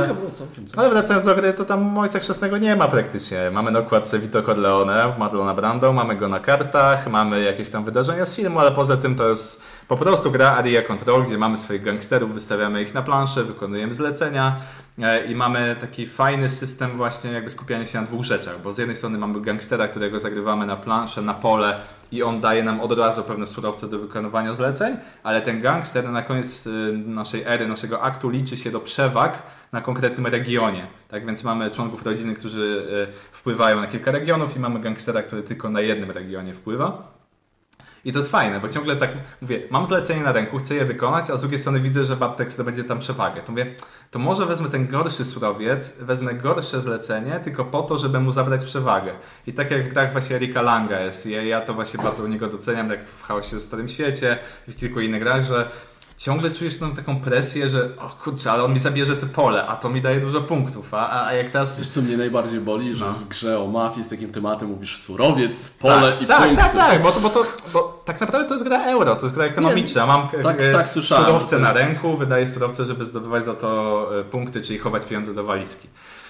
ale wracając do gry, to tam Ojca Chrzestnego nie ma praktycznie. Mamy na okładce Vito Corleone, Marlona Brando, mamy go na kartach, mamy jakieś tam wydarzenia z filmu, ale poza tym to jest po prostu gra Area Control, gdzie mamy swoich gangsterów, wystawiamy ich na planszę, wykonujemy zlecenia i mamy taki fajny system właśnie jakby skupiania się na dwóch rzeczach, bo z jednej strony mamy gangstera, którego zagrywamy na planszę, na pole i on daje nam od razu pewne surowce do wykonywania zleceń, ale ten gangster na koniec naszej ery, naszego aktu liczy się do przewag na konkretnym regionie. Tak więc mamy członków rodziny, którzy wpływają na kilka regionów i mamy gangstera, który tylko na jednym regionie wpływa. I to jest fajne, bo ciągle tak mówię, mam zlecenie na ręku, chcę je wykonać, a z drugiej strony widzę, że Bartek będzie tam przewagę. To mówię, to może wezmę ten gorszy surowiec, wezmę gorsze zlecenie, tylko po to, żeby mu zabrać przewagę. I tak jak w grach właśnie Erika Langa jest, ja to właśnie bardzo u niego doceniam, jak w Chaosie w Starym Świecie i w kilku innych grach, że ciągle czujesz tam taką presję, że o kurczę, ale on mi zabierze te pole, a to mi daje dużo punktów, a jak teraz... Wiesz co mnie najbardziej boli, że w grze o mafii z takim tematem mówisz surowiec, pole i punkty. Tak, bo tak naprawdę to jest gra euro, to jest gra ekonomiczna. Mam surowce na ręku, wydaję surowce, żeby zdobywać za to punkty, czyli chować pieniądze do walizki.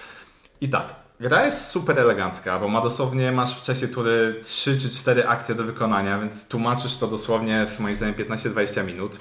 I tak, gra jest super elegancka, bo masz w czasie tury 3 czy 4 akcje do wykonania, więc tłumaczysz to dosłownie w moim zdaniem 15-20 minut.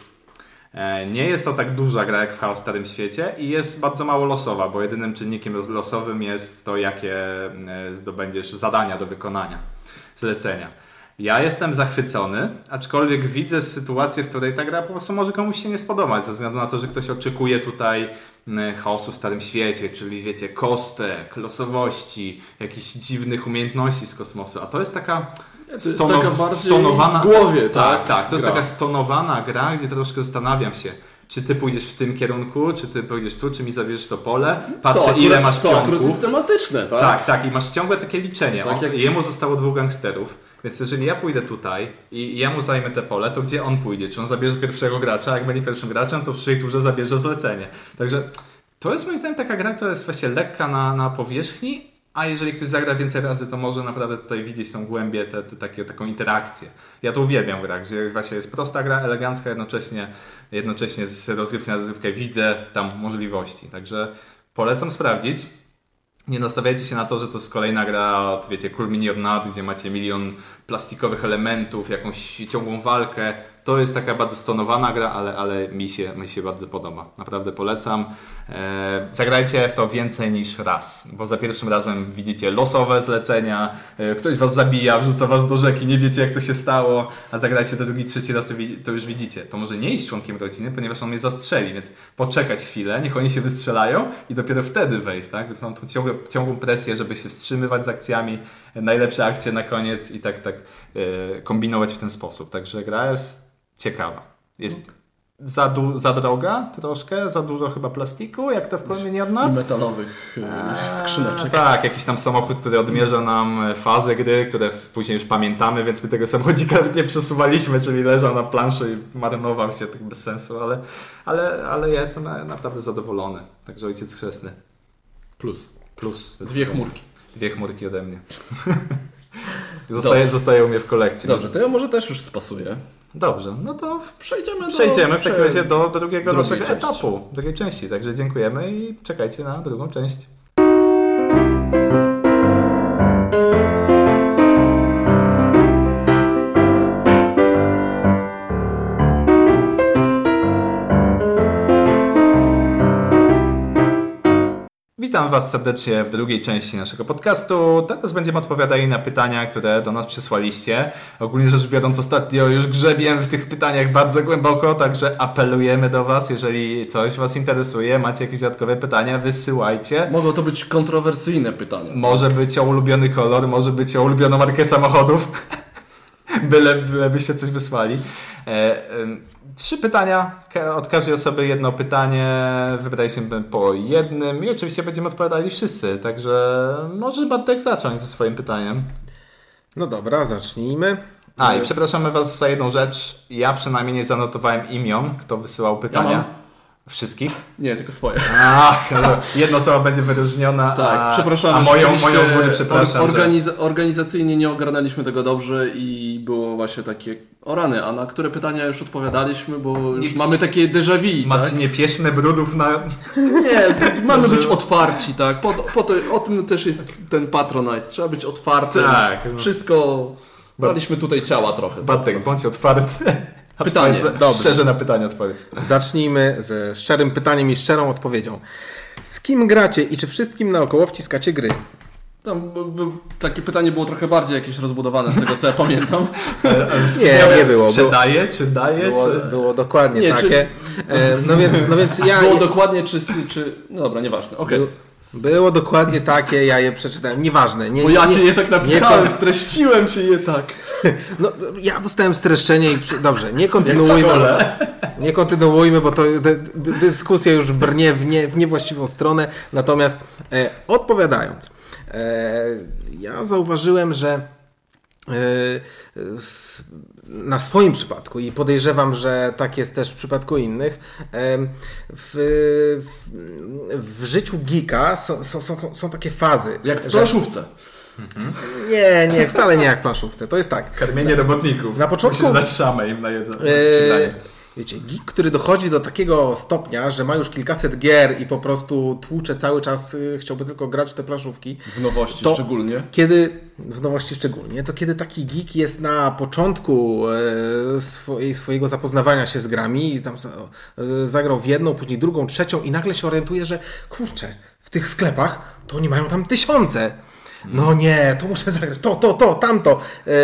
Nie jest to tak duża gra jak w Chaos w Starym Świecie i jest bardzo mało losowa, bo jedynym czynnikiem losowym jest to, jakie zdobędziesz zadania do wykonania, zlecenia. Ja jestem zachwycony, aczkolwiek widzę sytuację, w której ta gra po prostu może komuś się nie spodobać, ze względu na to, że ktoś oczekuje tutaj chaosu w Starym Świecie, czyli wiecie, kostek, losowości, jakichś dziwnych umiejętności z kosmosu, a to jest taka... stonowana w głowie, tak? Tak, to jest taka stonowana gra, gdzie troszkę zastanawiam się, czy ty pójdziesz w tym kierunku, czy ty pójdziesz tu, czy mi zabierzesz to pole, patrzę ile masz pionków. To akurat jest tematyczne, tak? Tak, i masz ciągle takie liczenie. Jemu zostało 2 gangsterów, więc jeżeli ja pójdę tutaj i ja mu zajmę te pole, to gdzie on pójdzie? Czy on zabierze pierwszego gracza? Jak będzie pierwszym graczem, to w przyszłej turze zabierze zlecenie. Także to jest moim zdaniem taka gra, która jest właśnie lekka na powierzchni, a jeżeli ktoś zagra więcej razy, to może naprawdę tutaj widzieć tą głębię, taką interakcję. Ja to uwielbiam w grach, gdzie właśnie jest prosta gra, elegancka, jednocześnie z rozgrywki na rozgrywkę widzę tam możliwości. Także polecam sprawdzić. Nie nastawiajcie się na to, że to jest kolejna gra od, wiecie, Cool Mini or Not, gdzie macie milion plastikowych elementów, jakąś ciągłą walkę. To jest taka bardzo stonowana gra, ale mi się bardzo podoba. Naprawdę polecam. Zagrajcie w to więcej niż raz, bo za pierwszym razem widzicie losowe zlecenia, ktoś was zabija, wrzuca was do rzeki, nie wiecie jak to się stało, a zagrajcie do drugi, trzeci raz, to już widzicie. To może nie iść członkiem rodziny, ponieważ on mnie zastrzeli, więc poczekać chwilę, niech oni się wystrzelają i dopiero wtedy wejść, tak? Więc mam tą ciągłą presję, żeby się wstrzymywać z akcjami, najlepsze akcje na koniec i tak kombinować w ten sposób. Także gra jest ciekawa. Jest za droga troszkę, za dużo chyba plastiku, jak to w Cool Mini or Not. I metalowych skrzyneczek. Tak, jakiś tam samochód, który odmierza nam fazę gry, które później już pamiętamy, więc my tego samochodzika nawet nie przesuwaliśmy, czyli leżał na planszy i marnował się tak bez sensu, ale ja jestem naprawdę zadowolony. Także Ojciec Chrzestny. Plus. 2 chmurki. 2 chmurki ode mnie. Zostaje u mnie w kolekcji. Dobrze, to ja może też już spasuję. Dobrze, no to przejdziemy w takim razie do drugiego naszego etapu, drugiej części. Także dziękujemy i czekajcie na drugą część. Witam Was serdecznie w drugiej części naszego podcastu. Teraz będziemy odpowiadali na pytania, które do nas przysłaliście. Ogólnie rzecz biorąc, ostatnio już grzebię w tych pytaniach bardzo głęboko, także apelujemy do Was, jeżeli coś Was interesuje, macie jakieś dodatkowe pytania, wysyłajcie. Mogą to być kontrowersyjne pytania. Może być o ulubiony kolor, może być o ulubioną markę samochodów. Bylebyście coś wysłali. 3 pytania, od każdej osoby 1 pytanie, wybraliśmy po jednym i oczywiście będziemy odpowiadali wszyscy, także może Bartek zacząć ze swoim pytaniem. No dobra, zacznijmy. I przepraszamy Was za jedną rzecz, ja przynajmniej nie zanotowałem imion, kto wysyłał pytania. Wszystkich? Nie, tylko swoje. Ach, jedna osoba będzie wyróżniona, tak, przepraszam, a moją z góry przepraszam. Organizacyjnie nie ogarnęliśmy tego dobrze i było właśnie takie o rany, a na które pytania już odpowiadaliśmy, bo już mamy takie déjà vu, Macie, tak? nie pieszmy brudów na... Nie, mamy być otwarci, tak? O tym też jest ten Patronite. Trzeba być otwarty. Tak. Wszystko... Braliśmy tutaj ciała trochę. Bartek, bądź otwarty. Pytanie. Szczerze na pytanie odpowiedz. Zacznijmy ze szczerym pytaniem i szczerą odpowiedzią. Z kim gracie i czy wszystkim naokoło wciskacie gry? Tam takie pytanie było trochę bardziej jakieś rozbudowane z tego, co ja pamiętam. Nie było. Sprzedaje, czy daje? Było dokładnie Nie, takie. No więc ja... Było dokładnie, czy... No dobra, nieważne, okej. Było dokładnie takie, ja je przeczytałem. Nieważne. Bo ja cię je tak napisałem, streściłem cię je tak. No, ja dostałem streszczenie i... Dobrze, nie kontynuujmy. Nie kontynuujmy, bo to dyskusja już brnie w niewłaściwą stronę. Natomiast odpowiadając, ja zauważyłem, że na swoim przypadku i podejrzewam, że tak jest też w przypadku innych, w życiu geeka są takie fazy. Jak w planszówce. Nie, wcale nie jak w planszówce. To jest tak. Karmienie robotników. Na początku... Musisz dać szamę im na jedzenie. Wiecie, geek, który dochodzi do takiego stopnia, że ma już kilkaset gier i po prostu tłucze cały czas, chciałby tylko grać w te planszówki. W nowości szczególnie. To kiedy taki geek jest na początku swojego zapoznawania się z grami i tam zagrał w jedną, później drugą, trzecią i nagle się orientuje, że kurczę, w tych sklepach to oni mają tam tysiące. No nie, to muszę zagrać, tamto.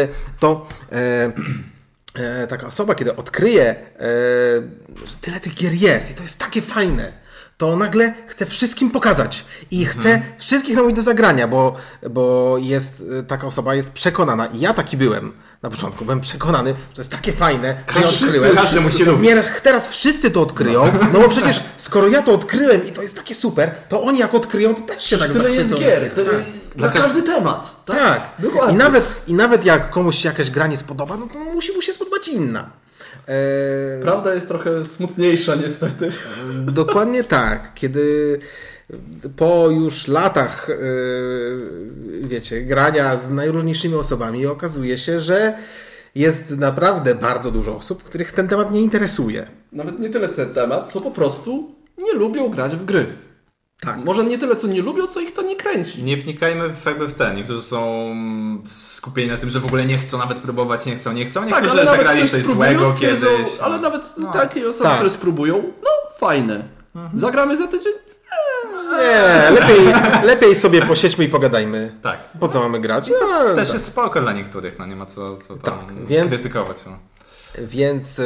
Taka osoba, kiedy odkryje, że tyle tych gier jest i to jest takie fajne, to nagle chce wszystkim pokazać i chce wszystkich namówić do zagrania, bo taka osoba jest przekonana i ja taki byłem na początku, byłem przekonany, że to jest takie fajne, że ja odkryłem. Każdy musi lubić. Teraz wszyscy to odkryją, no bo przecież skoro ja to odkryłem i to jest takie super, to oni jak odkryją, to też się tak tyle zachwycą. jest gier, na każdy temat. Tak. Dokładnie. I nawet jak komuś się jakaś gra nie spodoba, no to musi mu się spodobać inna. Prawda jest trochę smutniejsza niestety. Dokładnie tak. Kiedy po już latach grania z najróżniejszymi osobami okazuje się, że jest naprawdę bardzo dużo osób, których ten temat nie interesuje. Nawet nie tyle ten temat, co po prostu nie lubią grać w gry. Tak. Może nie tyle, co nie lubią, co ich to nie kręci. Nie wnikajmy w ten. Niektórzy są skupieni na tym, że w ogóle nie chcą nawet próbować, nie chcą. Niektórzy zagrali coś złego kiedyś. Ale nawet takie osoby, które spróbują, fajne. Zagramy za tydzień? Nie, lepiej sobie posiedźmy i pogadajmy. Tak. Po co mamy grać? To też jest spoko dla niektórych, nie ma co tam krytykować. Więc...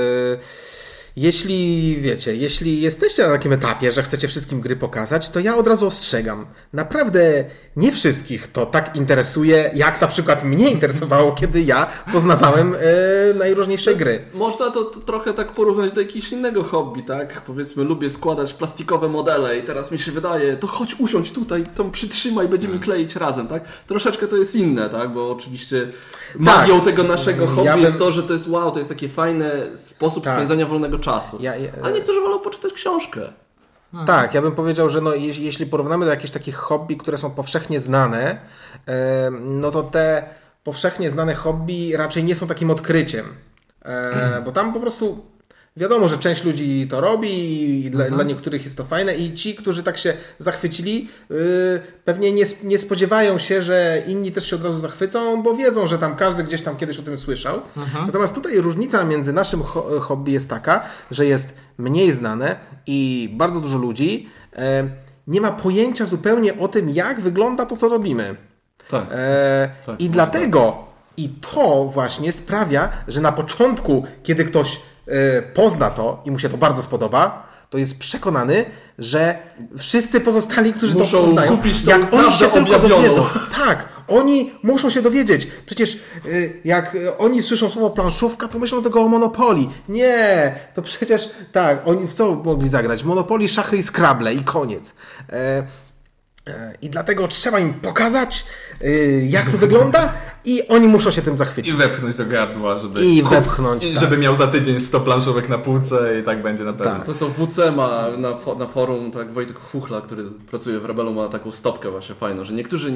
Jeśli jesteście na takim etapie, że chcecie wszystkim gry pokazać, to ja od razu ostrzegam. Naprawdę nie wszystkich to tak interesuje, jak na przykład mnie interesowało, kiedy ja poznawałem najróżniejsze gry. Można to trochę tak porównać do jakiegoś innego hobby, tak? Powiedzmy, lubię składać plastikowe modele i teraz mi się wydaje, to chodź usiądź tutaj, tam przytrzymaj, będziemy kleić razem, tak? Troszeczkę to jest inne, tak? Bo oczywiście magią tego naszego hobby jest to, że to jest to jest takie fajne sposób spędzania wolnego czasu. A niektórzy wolą poczytać książkę. Tak, ja bym powiedział, że jeśli porównamy do jakichś takich hobby, które są powszechnie znane, no to te powszechnie znane hobby raczej nie są takim odkryciem. Bo tam po prostu wiadomo, że część ludzi to robi i dla niektórych jest to fajne i ci, którzy tak się zachwycili, pewnie nie spodziewają się, że inni też się od razu zachwycą, bo wiedzą, że tam każdy gdzieś tam kiedyś o tym słyszał. Natomiast tutaj różnica między naszym hobby jest taka, że jest mniej znane i bardzo dużo ludzi nie ma pojęcia zupełnie o tym, jak wygląda to, co robimy. Tak. I dlatego i to właśnie sprawia, że na początku, kiedy ktoś pozna to i mu się to bardzo spodoba, to jest przekonany, że wszyscy pozostali, którzy muszą to poznają, kupić tą jak oni się tylko objawioną. dowiedzą. Tak, oni muszą się dowiedzieć. Przecież jak oni słyszą słowo planszówka, to myślą tylko o Monopolii. Nie, to przecież tak, oni w co mogli zagrać? Monopolii, szachy i Scrabble i koniec. I dlatego trzeba im pokazać, jak to wygląda i oni muszą się tym zachwycić. I wepchnąć do gardła, żeby miał za tydzień 100 planszówek na półce i tak będzie na pewno. To WC ma na forum, tak Wojtek Chuchla, który pracuje w Rebelu, ma taką stopkę właśnie fajną, że niektórzy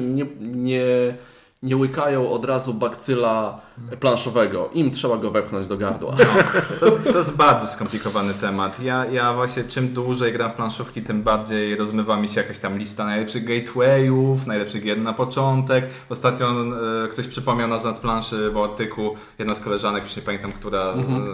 nie łykają od razu bakcyla planszowego. Im trzeba go wepchnąć do gardła. To jest bardzo skomplikowany temat. Ja właśnie czym dłużej gram w planszówki, tym bardziej rozmywa mi się jakaś tam lista najlepszych gatewayów, najlepszych gier na początek. Ostatnio ktoś przypomniał nas nad planszy, bo artykuł, jedna z koleżanek, już nie pamiętam, która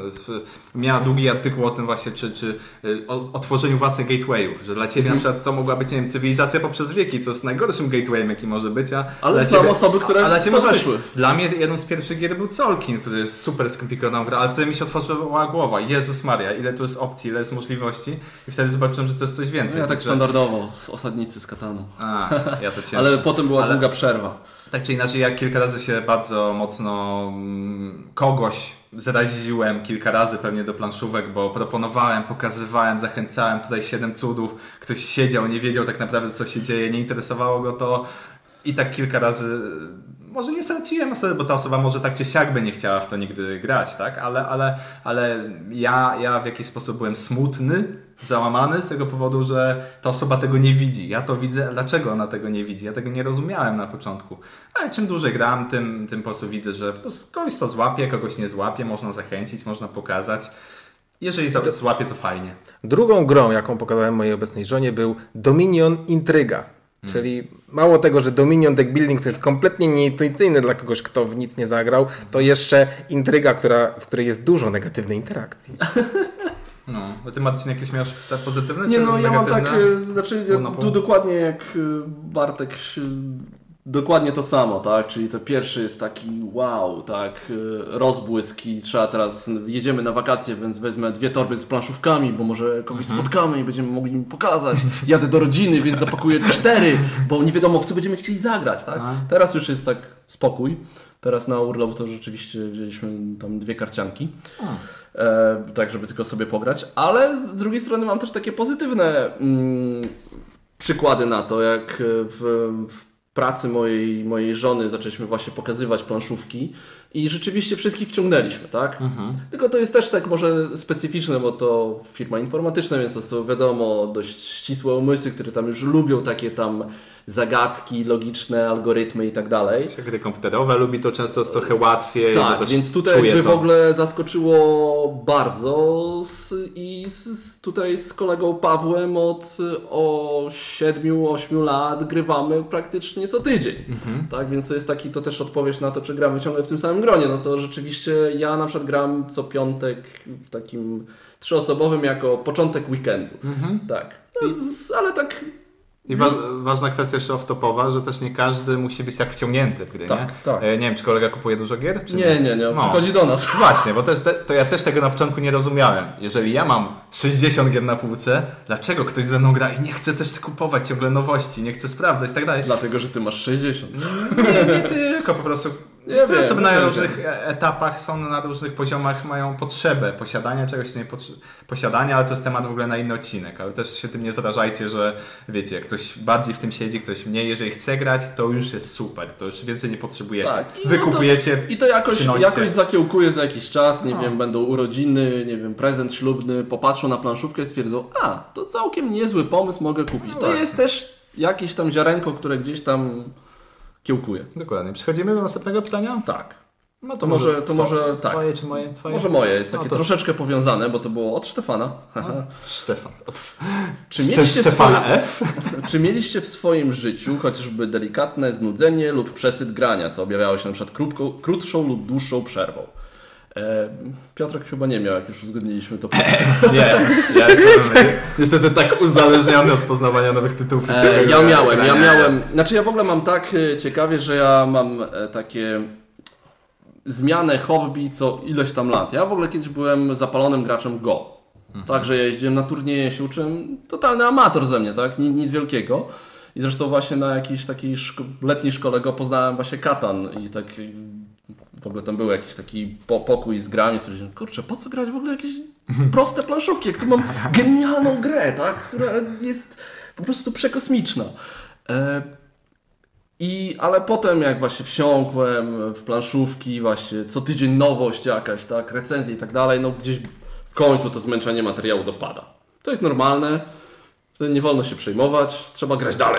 miała długi artykuł o tym właśnie, czy o tworzeniu własnych gatewayów, że dla Ciebie na przykład to mogła być, nie wiem, cywilizacja poprzez wieki, co jest najgorszym gatewayem, jaki może być, ale znam osoby, które w to weszły. Dla mnie jedną z pierwszych gier był Colkin, który jest super skomplikowaną grą, ale wtedy mi się otworzyła głowa. Jezus Maria, ile tu jest opcji, ile jest możliwości i wtedy zobaczyłem, że to jest coś więcej. Ja tak standardowo, z Osadnicy, z Kataną. Ja to cieszę. Ale potem była długa przerwa. Tak czy inaczej, ja kilka razy się bardzo mocno kogoś zraziłem, kilka razy pewnie do planszówek, bo proponowałem, pokazywałem, zachęcałem, tutaj 7 cudów, ktoś siedział, nie wiedział tak naprawdę co się dzieje, nie interesowało go to i tak kilka razy może nie straciłem osoby, bo ta osoba może tak czy siak by nie chciała w to nigdy grać, tak? Ale ja w jakiś sposób byłem smutny, załamany z tego powodu, że ta osoba tego nie widzi. Ja to widzę, dlaczego ona tego nie widzi? Ja tego nie rozumiałem na początku. Ale czym dłużej gram, tym po prostu widzę, że kogoś to złapie, kogoś nie złapie, można zachęcić, można pokazać. Jeżeli złapie, to fajnie. Drugą grą, jaką pokazałem mojej obecnej żonie, był Dominion Intryga. Czyli mało tego, że Dominion Deck Building to jest kompletnie nieintuicyjne dla kogoś, kto w nic nie zagrał, to jeszcze intryga, w której jest dużo negatywnej interakcji. No, a ty Marcin jakieś miałeś tak pozytywne? Nie, czy no ja mam tak, negatywne? tu dokładnie jak Bartek, dokładnie to samo, tak? Czyli to pierwszy jest taki wow, tak? Rozbłyski, trzeba teraz, jedziemy na wakacje, więc wezmę 2 torby z planszówkami, bo może kogoś spotkamy i będziemy mogli im pokazać. Jadę do rodziny, więc zapakuję 4, bo nie wiadomo w co będziemy chcieli zagrać, tak? Teraz już jest tak spokój. Teraz na urlop to rzeczywiście wzięliśmy tam 2 karcianki. Tak, żeby tylko sobie pograć, ale z drugiej strony mam też takie pozytywne przykłady na to, jak w pracy mojej żony zaczęliśmy właśnie pokazywać planszówki i rzeczywiście wszystkich wciągnęliśmy, tak? Tylko to jest też tak może specyficzne, bo to firma informatyczna, więc to są wiadomo dość ścisłe umysły, które tam już lubią takie tam zagadki logiczne, algorytmy i tak dalej. Gry komputerowe lubi to często jest trochę łatwiej. Tak, więc tutaj jakby w ogóle zaskoczyło bardzo tutaj z kolegą Pawłem o 7-8 lat grywamy praktycznie co tydzień. Tak, więc to jest to też odpowiedź na to, czy gramy ciągle w tym samym gronie. No to rzeczywiście ja na przykład gram co piątek w takim 3-osobowym jako początek weekendu. Tak, no, ale tak... I ważna kwestia jeszcze off-topowa, że też nie każdy musi być tak wciągnięty w gry, tak, nie? Tak. Nie wiem, czy kolega kupuje dużo gier? Czy nie, przychodzi do nas. Właśnie, bo to ja też tego na początku nie rozumiałem. Jeżeli ja mam 60 gier na półce, dlaczego ktoś ze mną gra i nie chce też kupować ciągle nowości, nie chce sprawdzać i tak dalej? Dlatego, że ty masz 60. Nie tylko, po prostu osoby na różnych etapach są, na różnych poziomach, mają potrzebę posiadania czegoś, nie posiadania, ale to jest temat w ogóle na inny odcinek, ale też się tym nie zarażajcie, że wiecie, ktoś bardziej w tym siedzi, ktoś mniej, jeżeli chce grać, to już jest super, to już więcej nie potrzebujecie. Tak. Wy kupujecie, i to jakoś zakiełkuje za jakiś czas, nie wiem, będą urodziny, nie wiem, prezent ślubny, popatrzą na planszówkę i stwierdzą, to całkiem niezły pomysł, mogę kupić. To jest też jakieś tam ziarenko, które gdzieś tam kiełkuje. Dokładnie. Przechodzimy do następnego pytania? Tak. No to może tak. Twoje czy moje? Twoje? Może moje, jest takie troszeczkę powiązane, bo to było od Stefana. Stefan. Czy mieliście w swoim życiu chociażby delikatne znudzenie lub przesyt grania, co objawiało się na przykład krótszą lub dłuższą przerwą? Piotrek chyba nie miał, jak już uzgodniliśmy to. Nie, ja jestem niestety tak uzależniony od poznawania nowych tytułów. Ja miałem. Znaczy ja w ogóle mam tak ciekawie, że ja mam takie zmianę hobby co ileś tam lat. Ja w ogóle kiedyś byłem zapalonym graczem Go. Także ja jeździłem na turnieje, się uczyłem, totalny amator ze mnie, tak? Nic wielkiego. I zresztą właśnie na jakiejś takiej letniej szkole Go poznałem właśnie Katan i tak w ogóle tam był jakiś taki pokój z grami, stwierdziłem, kurczę, po co grać w ogóle jakieś proste planszówki, jak tu mam genialną grę, tak? Która jest po prostu przekosmiczna. Ale potem jak właśnie wsiąkłem w planszówki, właśnie co tydzień nowość jakaś, tak, recenzje i tak dalej, no gdzieś w końcu to zmęczenie materiału dopada. To jest normalne, wtedy nie wolno się przejmować, trzeba grać dalej.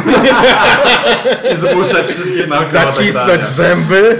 I zmuszać wszystkich na zacisnąć zęby.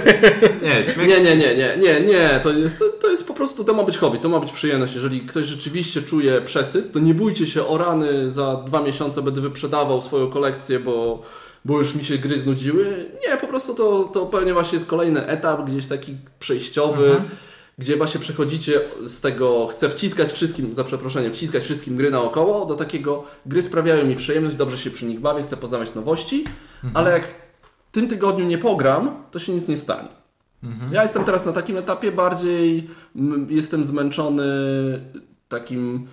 Nie, to jest po prostu, to ma być hobby, to ma być przyjemność. Jeżeli ktoś rzeczywiście czuje przesyt, to nie bójcie się, o rany, za 2 miesiące będę wyprzedawał swoją kolekcję, bo już mi się gry znudziły. Nie, po prostu to pewnie właśnie jest kolejny etap, gdzieś taki przejściowy, gdzie właśnie przechodzicie z tego, chcę wciskać wszystkim gry naokoło, do takiego, gry sprawiają mi przyjemność, dobrze się przy nich bawię, chcę poznawać nowości, ale jak w tym tygodniu nie pogram, to się nic nie stanie. Ja jestem teraz na takim etapie, bardziej jestem zmęczony takim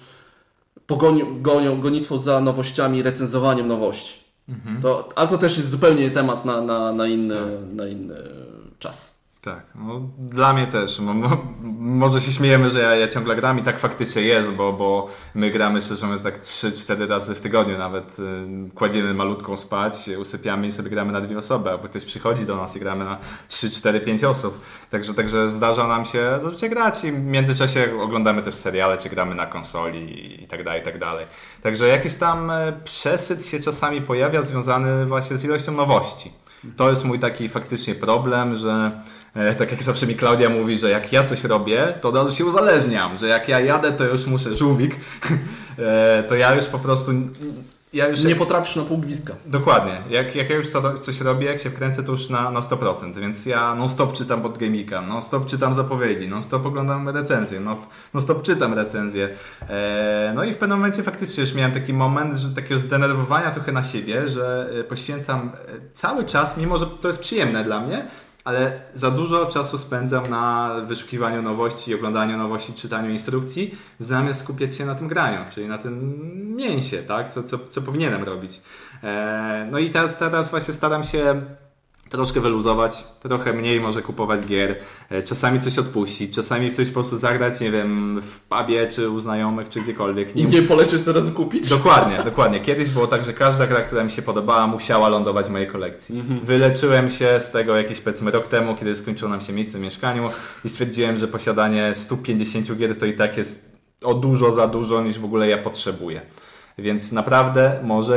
gonitwą za nowościami, recenzowaniem nowości. Ale to też jest zupełnie temat na inny czas. Tak, no, dla mnie też. Może się śmiejemy, że ja ciągle gram i tak faktycznie jest, bo my gramy szczerze mówiąc tak 3-4 razy w tygodniu nawet. Kładziemy malutką spać, usypiamy i sobie gramy na 2 osoby, albo ktoś przychodzi do nas i gramy na 3, 4, 5 osób. Także zdarza nam się zazwyczaj grać i w międzyczasie oglądamy też seriale, czy gramy na konsoli i tak dalej, i tak dalej. Także jakiś tam przesyt się czasami pojawia związany właśnie z ilością nowości. To jest mój taki faktycznie problem, że tak jak zawsze mi Klaudia mówi, że jak ja coś robię, to od razu się uzależniam, że jak ja jadę, to już muszę żółwik, to ja już po prostu... Nie potrafisz na pół gwizdka. Dokładnie. Jak ja już coś robię, jak się wkręcę, to już na 100%. Więc ja non-stop czytam Boardgamika, non-stop czytam zapowiedzi, non-stop oglądam recenzje, non-stop czytam recenzje. No i w pewnym momencie faktycznie już miałem taki moment, że takiego zdenerwowania trochę na siebie, że poświęcam cały czas, mimo że to jest przyjemne dla mnie, ale za dużo czasu spędzam na wyszukiwaniu nowości, oglądaniu nowości, czytaniu instrukcji, zamiast skupiać się na tym graniu, czyli na tym mięsie, tak? Co powinienem robić. No i teraz właśnie staram się troszkę wyluzować, trochę mniej może kupować gier, czasami coś odpuścić, czasami coś po prostu zagrać, nie wiem, w pubie, czy u znajomych, czy gdziekolwiek. Nie polecisz teraz kupić? Dokładnie. Kiedyś było tak, że każda gra, która mi się podobała, musiała lądować w mojej kolekcji. Wyleczyłem się z tego jakiś, powiedzmy, rok temu, kiedy skończyło nam się miejsce w mieszkaniu i stwierdziłem, że posiadanie 150 gier to i tak jest o dużo za dużo, niż w ogóle ja potrzebuję. Więc naprawdę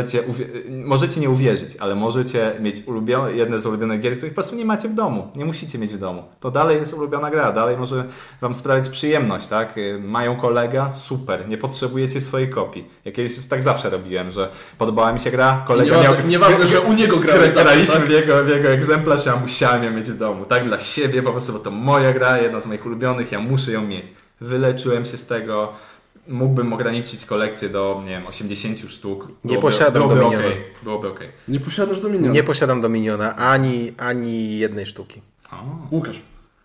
możecie nie uwierzyć, ale możecie mieć jedne z ulubionych gier, których po prostu nie macie w domu. Nie musicie mieć w domu. To dalej jest ulubiona gra, dalej może wam sprawiać przyjemność, tak? Mają kolega, super, nie potrzebujecie swojej kopii. Jakieś tak zawsze robiłem, że podobała mi się gra, kolega Nieważne, że u niego graliśmy w jego egzemplarz, ja musiałem ją mieć w domu. Tak dla siebie, po prostu, bo to moja gra, jedna z moich ulubionych, ja muszę ją mieć. Wyleczyłem się z tego. Mógłbym ograniczyć kolekcję do, nie wiem, 80 sztuk. Nie posiadam Dominiona. Byłoby okej. Nie posiadasz Dominiona? Nie posiadam Dominiona, ani jednej sztuki. Łukasz.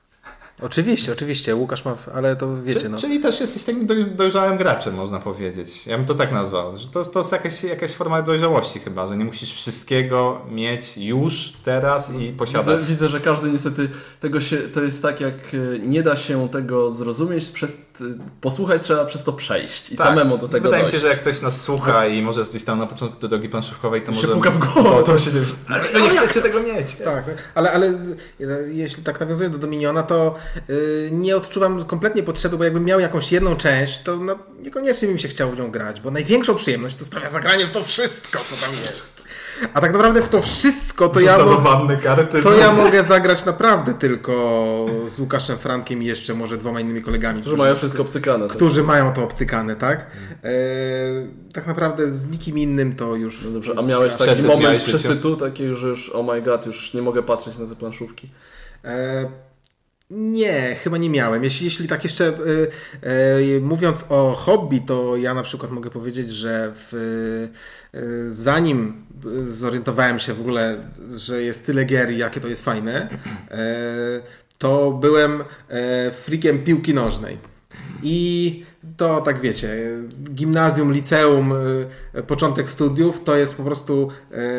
Oczywiście, Łukasz ma, ale to wiecie. Czyli też jesteś takim dojrzałym graczem, można powiedzieć. Ja bym to tak nazwał. Że to jest jakaś forma dojrzałości chyba, że nie musisz wszystkiego mieć już, teraz i posiadać. Widzę, że każdy niestety to jest tak, jak nie da się tego zrozumieć, posłuchać trzeba przez to przejść i samemu do tego Wydaje dojść. mi się, że jak ktoś nas słucha i może gdzieś tam na początku drogi planszówkowej, to się może... puka w głowę. To się... Dlaczego nie chcecie tego mieć? Tak, ale jeśli tak nawiązuję do Dominiona, to nie odczuwam kompletnie potrzeby, bo jakbym miał jakąś jedną część, to niekoniecznie bym się chciał w nią grać, bo największą przyjemność to sprawia zagranie w to wszystko, co tam jest. A tak naprawdę w to wszystko to ja mogę zagrać naprawdę tylko z Łukaszem Frankiem i jeszcze może 2 innymi kolegami. Którzy mają wszystko obcykane. Którzy mają to obcykane, tak? Tak naprawdę z nikim innym to już... No dobrze, a miałeś taki moment przesytu, taki, że już oh my god, już nie mogę patrzeć na te planszówki? Nie, chyba nie miałem. Jeśli tak jeszcze mówiąc o hobby, to ja na przykład mogę powiedzieć, że zanim zorientowałem się w ogóle, że jest tyle gier i jakie to jest fajne, to byłem freakiem piłki nożnej. I to tak wiecie, gimnazjum, liceum, początek studiów to jest po prostu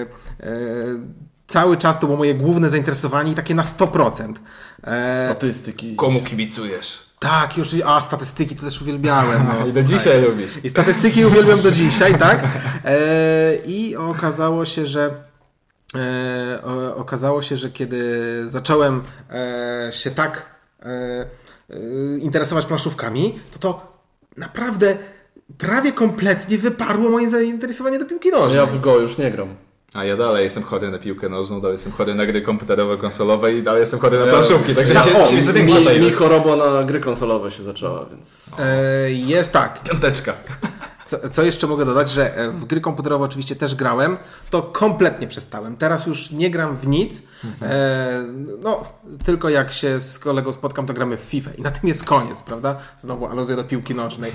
cały czas to było moje główne zainteresowanie i takie na 100%. Statystyki. Komu kibicujesz? Tak, już, statystyki to też uwielbiałem. No, i do dzisiaj lubisz. I statystyki uwielbiam do dzisiaj, tak? I okazało się, że okazało się, że kiedy zacząłem się tak interesować planszówkami, to naprawdę prawie kompletnie wyparło moje zainteresowanie do piłki nożnej. Ja w Go już nie gram. A ja dalej jestem chory na piłkę nożną, dalej jestem chory na gry komputerowe, konsolowe i dalej jestem chory na planszówki, także się zwiększa ta mi ilość. choroba na gry konsolowe się zaczęła, więc... Jest tak. Piąteczka. Co jeszcze mogę dodać, że w gry komputerowe oczywiście też grałem, to kompletnie przestałem. Teraz już nie gram w nic, tylko jak się z kolegą spotkam, to gramy w FIFA i na tym jest koniec, prawda? Znowu aluzja do piłki nożnej.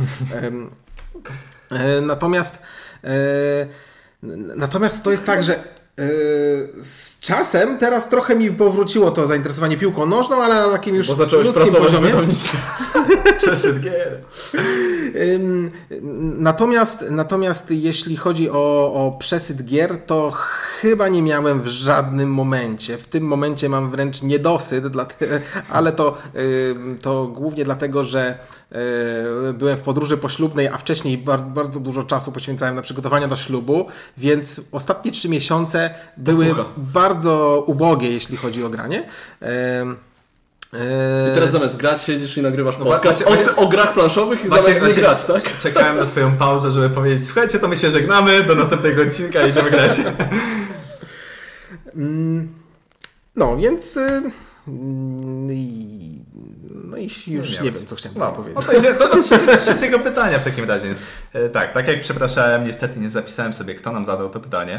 Natomiast to jest tak, że z czasem teraz trochę mi powróciło to zainteresowanie piłką nożną, ale na takim już ludzkim poziomie. Przesyt gier. Natomiast jeśli chodzi o przesyt gier, to chyba nie miałem w żadnym momencie. W tym momencie mam wręcz niedosyt, ale to głównie dlatego, że byłem w podróży poślubnej, a wcześniej bardzo dużo czasu poświęcałem na przygotowania do ślubu, więc ostatnie 3 miesiące były bardzo ubogie, jeśli chodzi o granie. I teraz zamiast grać siedzisz i nagrywasz podcast o grach planszowych i zamiast nie grać, tak? Czekałem na twoją pauzę, żeby powiedzieć, słuchajcie, to my się żegnamy, do następnego odcinka i idziemy grać. No, więc... No i już nie wiem, co chciałem powiedzieć. No to idzie do trzeciego pytania w takim razie. Tak jak przepraszałem, niestety nie zapisałem sobie, kto nam zadał to pytanie.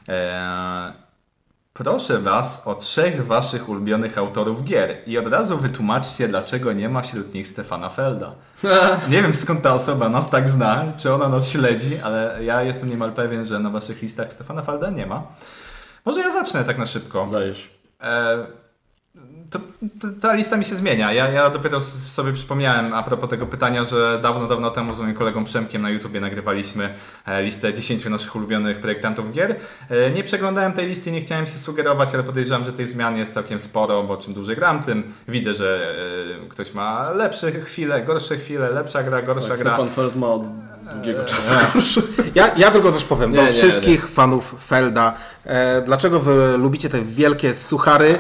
Proszę was o 3 waszych ulubionych autorów gier i od razu wytłumaczcie, dlaczego nie ma wśród nich Stefana Felda. Nie wiem, skąd ta osoba nas tak zna, czy ona nas śledzi, ale ja jestem niemal pewien, że na waszych listach Stefana Felda nie ma. Może ja zacznę tak na szybko. Dajesz. Ta lista mi się zmienia. Ja dopiero sobie przypomniałem a propos tego pytania, że dawno temu z moim kolegą Przemkiem na YouTubie nagrywaliśmy listę 10 naszych ulubionych projektantów gier. Nie przeglądałem tej listy, nie chciałem się sugerować, ale podejrzewam, że tej zmian jest całkiem sporo, bo czym dłużej gram, tym widzę, że ktoś ma lepsze chwile, gorsze chwile, lepsza gra, gorsza gra. Stefan Feld ma od długiego czasu. Ja tylko coś powiem do wszystkich fanów Felda. Dlaczego wy lubicie te wielkie suchary,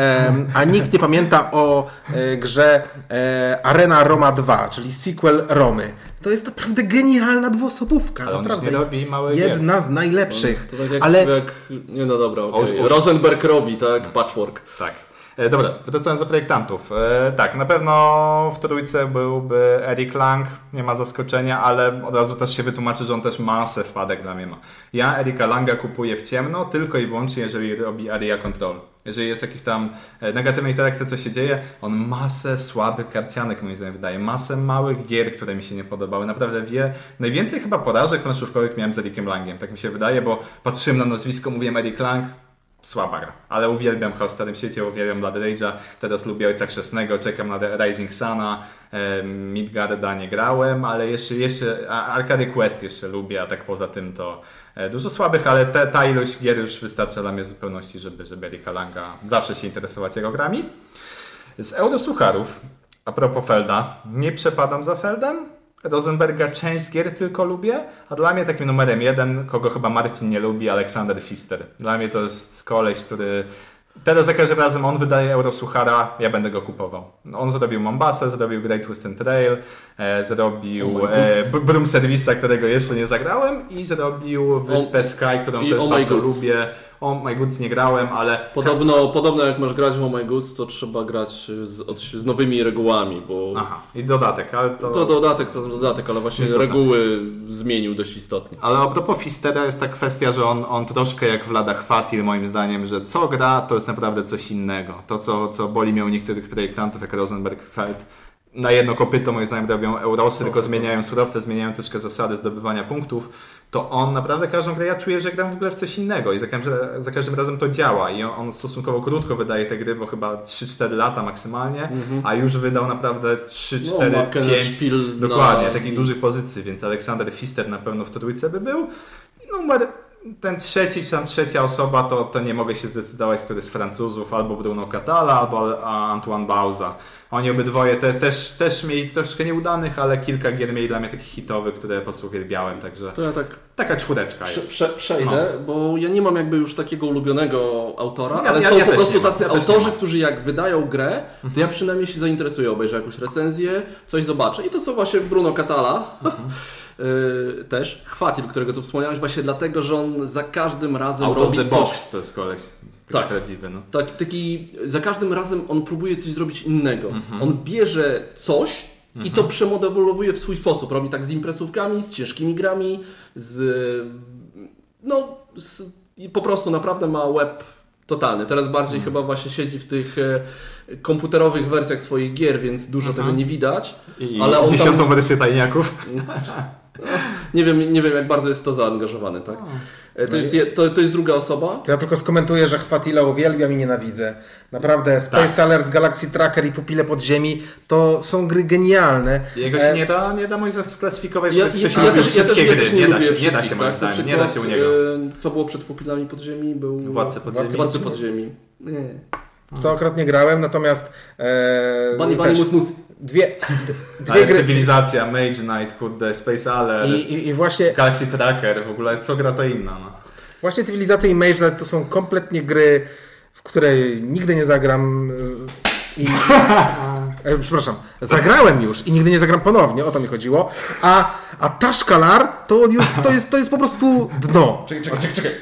a nikt nie pamięta o grze Arena Roma 2, czyli sequel Romy. To jest naprawdę genialna dwuosobówka. Ale on naprawdę. już nie robi małe Jedna gier. z najlepszych. To tak jak nie no dobra, okay. Rosenberg robi, tak? Patchwork. Tak. Dobra, wracając do projektantów. Tak, na pewno w trójce byłby Eric Lang, nie ma zaskoczenia, ale od razu też się wytłumaczy, że on też masę wpadek dla mnie ma. Ja Erika Langa kupuję w ciemno tylko i wyłącznie, jeżeli robi Area Control. Jeżeli jest jakiś tam negatywny interakcja, co się dzieje, on masę słabych karcianek moim zdaniem wydaje, masę małych gier, które mi się nie podobały. Naprawdę najwięcej chyba porażek planszówkowych miałem z Ericiem Langiem, tak mi się wydaje, bo patrzyłem na nazwisko, mówiłem Eric Lang, słaba gra, ale uwielbiam Chaos w Starym Świecie, uwielbiam Blood Rage'a, teraz lubię Ojca Chrzestnego, czekam na Rising Suna, Midgarda nie grałem, ale jeszcze Arcade Quest jeszcze lubię, a tak poza tym to dużo słabych, ale ta ilość gier już wystarcza dla mnie w zupełności, żeby Erika Langa zawsze się interesować jego grami. Z Eurosucharów, a propos Felda, nie przepadam za Feldem, Rosenberga część gier tylko lubię, a dla mnie takim numerem 1, kogo chyba Marcin nie lubi, Aleksander Pfister. Dla mnie to jest koleś, który teraz za każdym razem on wydaje Eurosuchara, ja będę go kupował. On zrobił Mombasę, zrobił Great Western Trail, zrobił Broom Service'a, którego jeszcze nie zagrałem i zrobił Wyspę Sky, którą też bardzo lubię. Oh My Goods nie grałem, ale... Podobno jak masz grać w Oh My Goods, to trzeba grać z nowymi regułami, bo... Aha, i dodatek, ale to... To dodatek, ale właśnie reguły zmienił dość istotnie. Ale a propos Pfistera jest ta kwestia, że on troszkę jak Vlada Chvátil moim zdaniem, że co gra, to jest naprawdę coś innego. To, co boli mnie u niektórych projektantów, jak Rosenberg, Feld, na jedno kopyto moim zdaniem robią Eurosy, tylko zmieniają surowce, zmieniają troszkę zasady zdobywania punktów, to on naprawdę każdą grę, ja czuję, że gram w ogóle w coś innego i za każdym razem to działa i on stosunkowo krótko wydaje te gry, bo chyba 3-4 lata maksymalnie, a już wydał naprawdę 3-4-5 dokładnie, takich dużych pozycji, więc Aleksander Pfister na pewno w trójce by był. Numer ten trzeci czy tam trzecia osoba, to nie mogę się zdecydować, który z Francuzów, albo Bruno Catala, albo Antoine Bauza. Oni obydwoje też mieli troszkę nieudanych, ale kilka gier mieli dla mnie takich hitowych, które po prostu uwielbiałem, także... To ja Taka 4 jest. Przejdę, bo ja nie mam jakby już takiego ulubionego autora, ale ja są po też prostu nie mam, tacy ja też autorzy, nie mam. którzy jak wydają grę, to ja przynajmniej się zainteresuję, obejrzę jakąś recenzję, coś zobaczę. I to są właśnie Bruno Catala. Też. Chwatil, którego tu wspomniałeś, właśnie dlatego, że on za każdym razem Out robi of the coś... box to jest koleś. Tak. Prawdziwy, no. Za każdym razem on próbuje coś zrobić innego. On bierze coś i to przemodelowuje w swój sposób. Robi tak z impresówkami, z ciężkimi grami, i po prostu naprawdę ma łeb totalny. Teraz bardziej chyba właśnie siedzi w tych komputerowych wersjach swoich gier, więc dużo tego nie widać. Ale on 10. wersję tajniaków. Nie wiem jak bardzo jest to zaangażowany, tak? To jest druga osoba. To ja tylko skomentuję, że Chwatila uwielbiam i nienawidzę. Naprawdę Space Alert, Galaxy Tracker i Pupile Podziemi to są gry genialne. Jego się nie da moim zdaniem sklasyfikować, że ktoś ja lubi wszystkie gry. Nie da się moim zdaniem, nie da się u niego. Co było przed Pupilami Podziemi? Był Władcy Podziemi. Władcy Podziemi. Nie. To akurat nie grałem, natomiast Bunny Musmus. Dwie gry. Cywilizacja, Mage Knighthood, The Alert, i właśnie Galaxy Tracker, w ogóle co gra to inna. No. Właśnie Cywilizacja i Mage Knight to są kompletnie gry, w której nigdy nie zagram przepraszam, zagrałem już i nigdy nie zagram ponownie, o to mi chodziło, a Tashkalar to jest po prostu dno. Czekaj.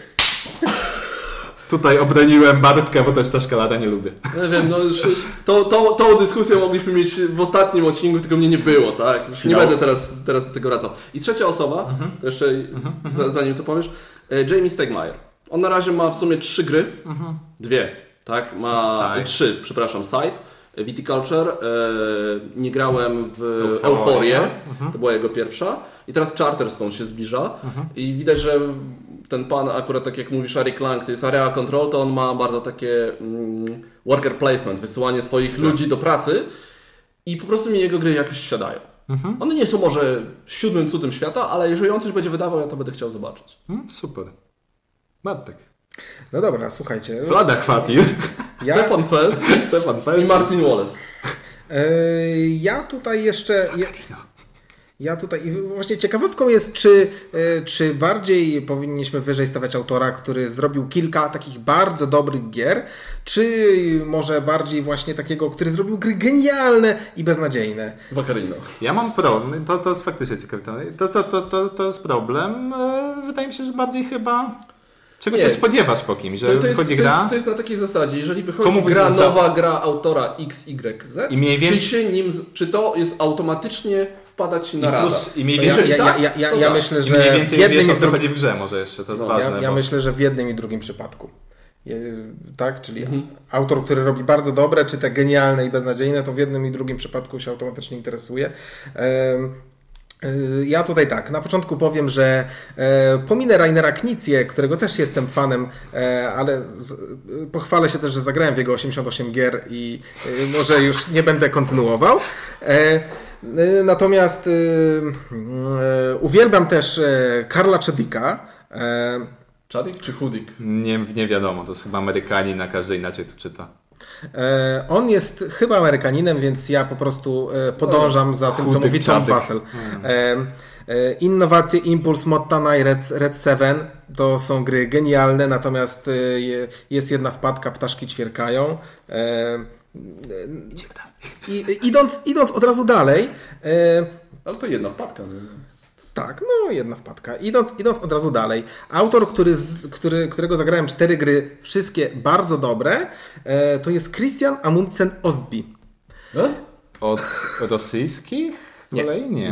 Tutaj obroniłem Bartka, bo też Tashkalara nie lubię. Nie wiem, no już tą dyskusję mogliśmy mieć w ostatnim odcinku, tylko mnie nie było, tak? Już nie będę teraz do tego wracał. I trzecia osoba, to jeszcze zanim to powiesz, Jamie Stegmaier. On na razie ma w sumie 3 gry, 2, tak? Ma 3, przepraszam, Side, Viticulture, nie grałem w Euforię, to była jego pierwsza. I teraz Charterstone się zbliża i widać, że ten pan, akurat tak jak mówi Shari Clank, to jest area control, to on ma bardzo takie worker placement, wysyłanie swoich ludzi do pracy i po prostu mi jego gry jakoś siadają. One nie są może 7 cudem świata, ale jeżeli on coś będzie wydawał, ja to będę chciał zobaczyć. Super. Bartek. No dobra, słuchajcie. Vlada Chwatil. Stefan Feld i Martin Wallace. Ja tutaj jeszcze... Właśnie ciekawostką jest, czy bardziej powinniśmy wyżej stawiać autora, który zrobił kilka takich bardzo dobrych gier, czy może bardziej właśnie takiego, który zrobił gry genialne i beznadziejne. Vaccarino. Ja mam problem, to jest faktycznie ciekawe. To jest problem. Wydaje mi się, że bardziej chyba... Czego się spodziewasz po kimś, że wychodzi gra? To jest na takiej zasadzie, jeżeli wychodzi nowa gra autora XYZ, i mniej więcej... czy to jest automatycznie wpadać na radar. Ja myślę, że mniej więcej wiesz, o co chodzi w grze może jeszcze, to jest ważne. Ja myślę, że w jednym i drugim przypadku. Tak? Czyli autor, który robi bardzo dobre, czy te genialne i beznadziejne, to w jednym i drugim przypadku się automatycznie interesuje. Ja tutaj tak, na początku powiem, że pominę Rainera Knizję, którego też jestem fanem, ale pochwalę się też, że zagrałem w jego 88 gier i może już nie będę kontynuował. Natomiast uwielbiam też Karla Chadicka. Chaddick czy Hudik? Nie wiadomo, to jest chyba Amerykanin, a każdy inaczej to czyta. On jest chyba Amerykaninem, więc ja po prostu podążam za tym, co mówi Tom Fassel. Innowacje, Impuls, Motta Knight, Red 7 to są gry genialne, natomiast jest jedna wpadka, ptaszki ćwierkają. Idąc od razu dalej... Ale to jedna wpadka. Tak, jedna wpadka. Idąc od razu dalej. Autor, którego zagrałem 4 gry, wszystkie bardzo dobre, to jest Christian Amundsen Ostby. Od rosyjskich? Kolej? Nie.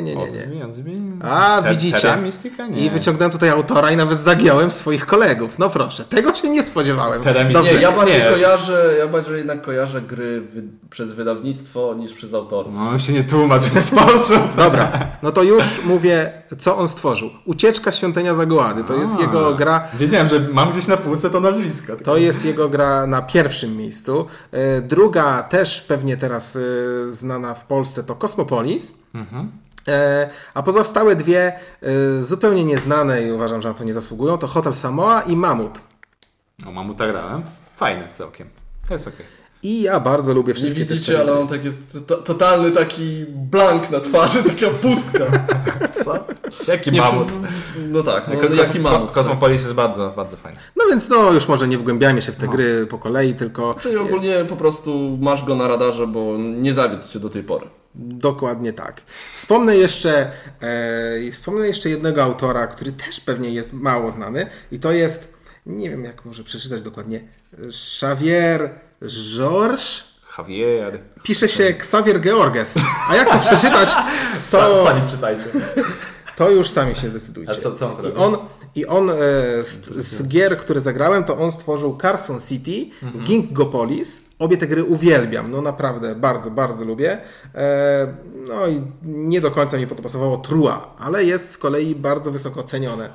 A, widzicie. Terra Mystica? Nie. I wyciągnąłem tutaj autora i nawet zagiąłem swoich kolegów. No proszę, tego się nie spodziewałem. Nie, ja bardziej jednak kojarzę gry przez wydawnictwo niż przez autorów. No, on się nie tłumaczy w ten sposób. Dobra, no to już mówię, co on stworzył. Ucieczka Świątynia Zagłady. To jest jego gra... Wiedziałem, że mam gdzieś na półce to nazwisko. To jest jego gra na pierwszym miejscu. Druga, też pewnie teraz znana w Polsce, to Cosmopolis. A pozostałe 2 zupełnie nieznane i uważam, że na to nie zasługują, to Hotel Samoa i Mamut. O, Mamuta grałem. Fajne całkiem. To jest okej. I ja bardzo lubię Nie wszystkie te widzicie, 4 ale gry. mam taki totalny taki blank na twarzy, taka pustka. Co? Jaki Nie, mamut? No tak, no, jaki mamut. Cosmopolis jest bardzo, bardzo fajny. No więc już może nie wgłębiajmy się w te gry po kolei, tylko Czyli ogólnie po prostu masz go na radarze, bo nie zawiódł cię do tej pory. dokładnie tak. Wspomnę jeszcze jednego autora, który też pewnie jest mało znany i to jest, nie wiem jak może przeczytać dokładnie, Xavier Georges. Javier. Pisze się Xavier Georges. A jak to przeczytać, to, Sami czytajcie. to już sami się zdecydujcie. A co on zrobił? I on z gier, które zagrałem, to on stworzył Carson City, Gingopolis. Obie te gry uwielbiam, no naprawdę, bardzo, bardzo lubię. No i nie do końca mi pasowało Trua, ale jest z kolei bardzo wysoko cenione.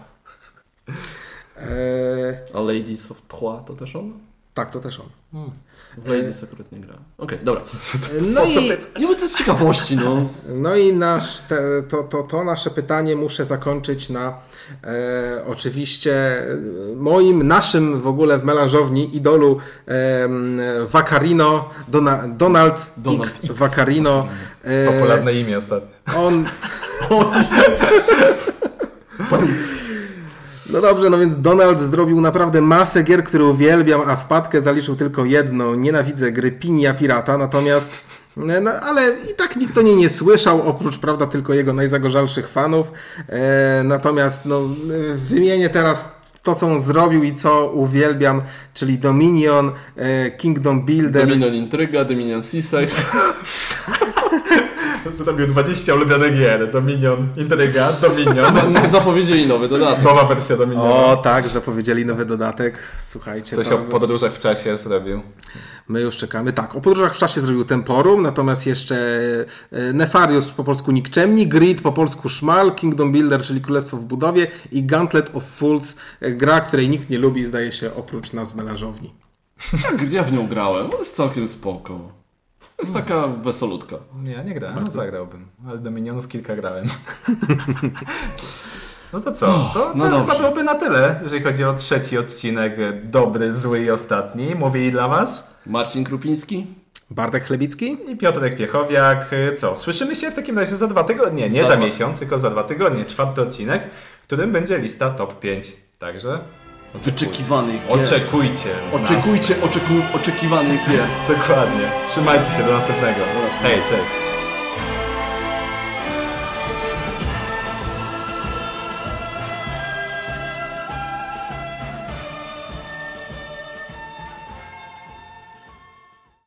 A Ladies of Trois to też on? Tak, to też on. W Ladies akurat nie grałem. Okej, dobra. No i... Nie, bo to jest ciekawości, no. No i to nasze pytanie muszę zakończyć na oczywiście naszym w ogóle w melanżowni idolu Vaccarino, Donald X. Vaccarino. Popularne imię ostatnio. On... No dobrze, no więc Donald zrobił naprawdę masę gier, które uwielbiam, a wpadkę zaliczył tylko jedną. Nienawidzę gry Pinia Pirata, natomiast... No, ale i tak nikt o niej nie słyszał, oprócz, prawda, tylko jego najzagorzalszych fanów. Natomiast wymienię teraz to, co on zrobił i co uwielbiam, czyli Dominion, Kingdom Builder. Dominion Intryga, Dominion Seaside. Zrobił 20 ulubionych gier. Dominion, Intryga, Dominion. Zapowiedzieli nowy dodatek. Nowa wersja Dominiona. O tak, zapowiedzieli nowy dodatek. Słuchajcie. Coś o podróżach w czasie zrobił. My już czekamy. Tak, o podróżach w czasie zrobił Temporum, natomiast jeszcze Nefarious, po polsku Nikczemni, Grid, po polsku Szmal, Kingdom Builder, czyli Królestwo w budowie i Gauntlet of Fools, gra, której nikt nie lubi, zdaje się, oprócz nas w melanżowni. Gdzie ja w nią grałem? To jest całkiem spoko. To jest taka wesolutka. Nie grałem, no zagrałbym. Ale Dominionów kilka grałem. No to co? To chyba byłoby na tyle, jeżeli chodzi o 3. odcinek. Dobry, zły i ostatni. Mówili dla was Marcin Krupiński. Bartek Chlebicki i Piotrek Piechowiak. Co? Słyszymy się w takim razie za 2 tygodnie. Nie za miesiąc, tylko za 2 tygodnie. 4. odcinek, w którym będzie lista top 5. Także wyczekiwanych gier. Oczekujcie. Oczekiwanych gier. Dokładnie. Trzymajcie się, do następnego. Hej, cześć.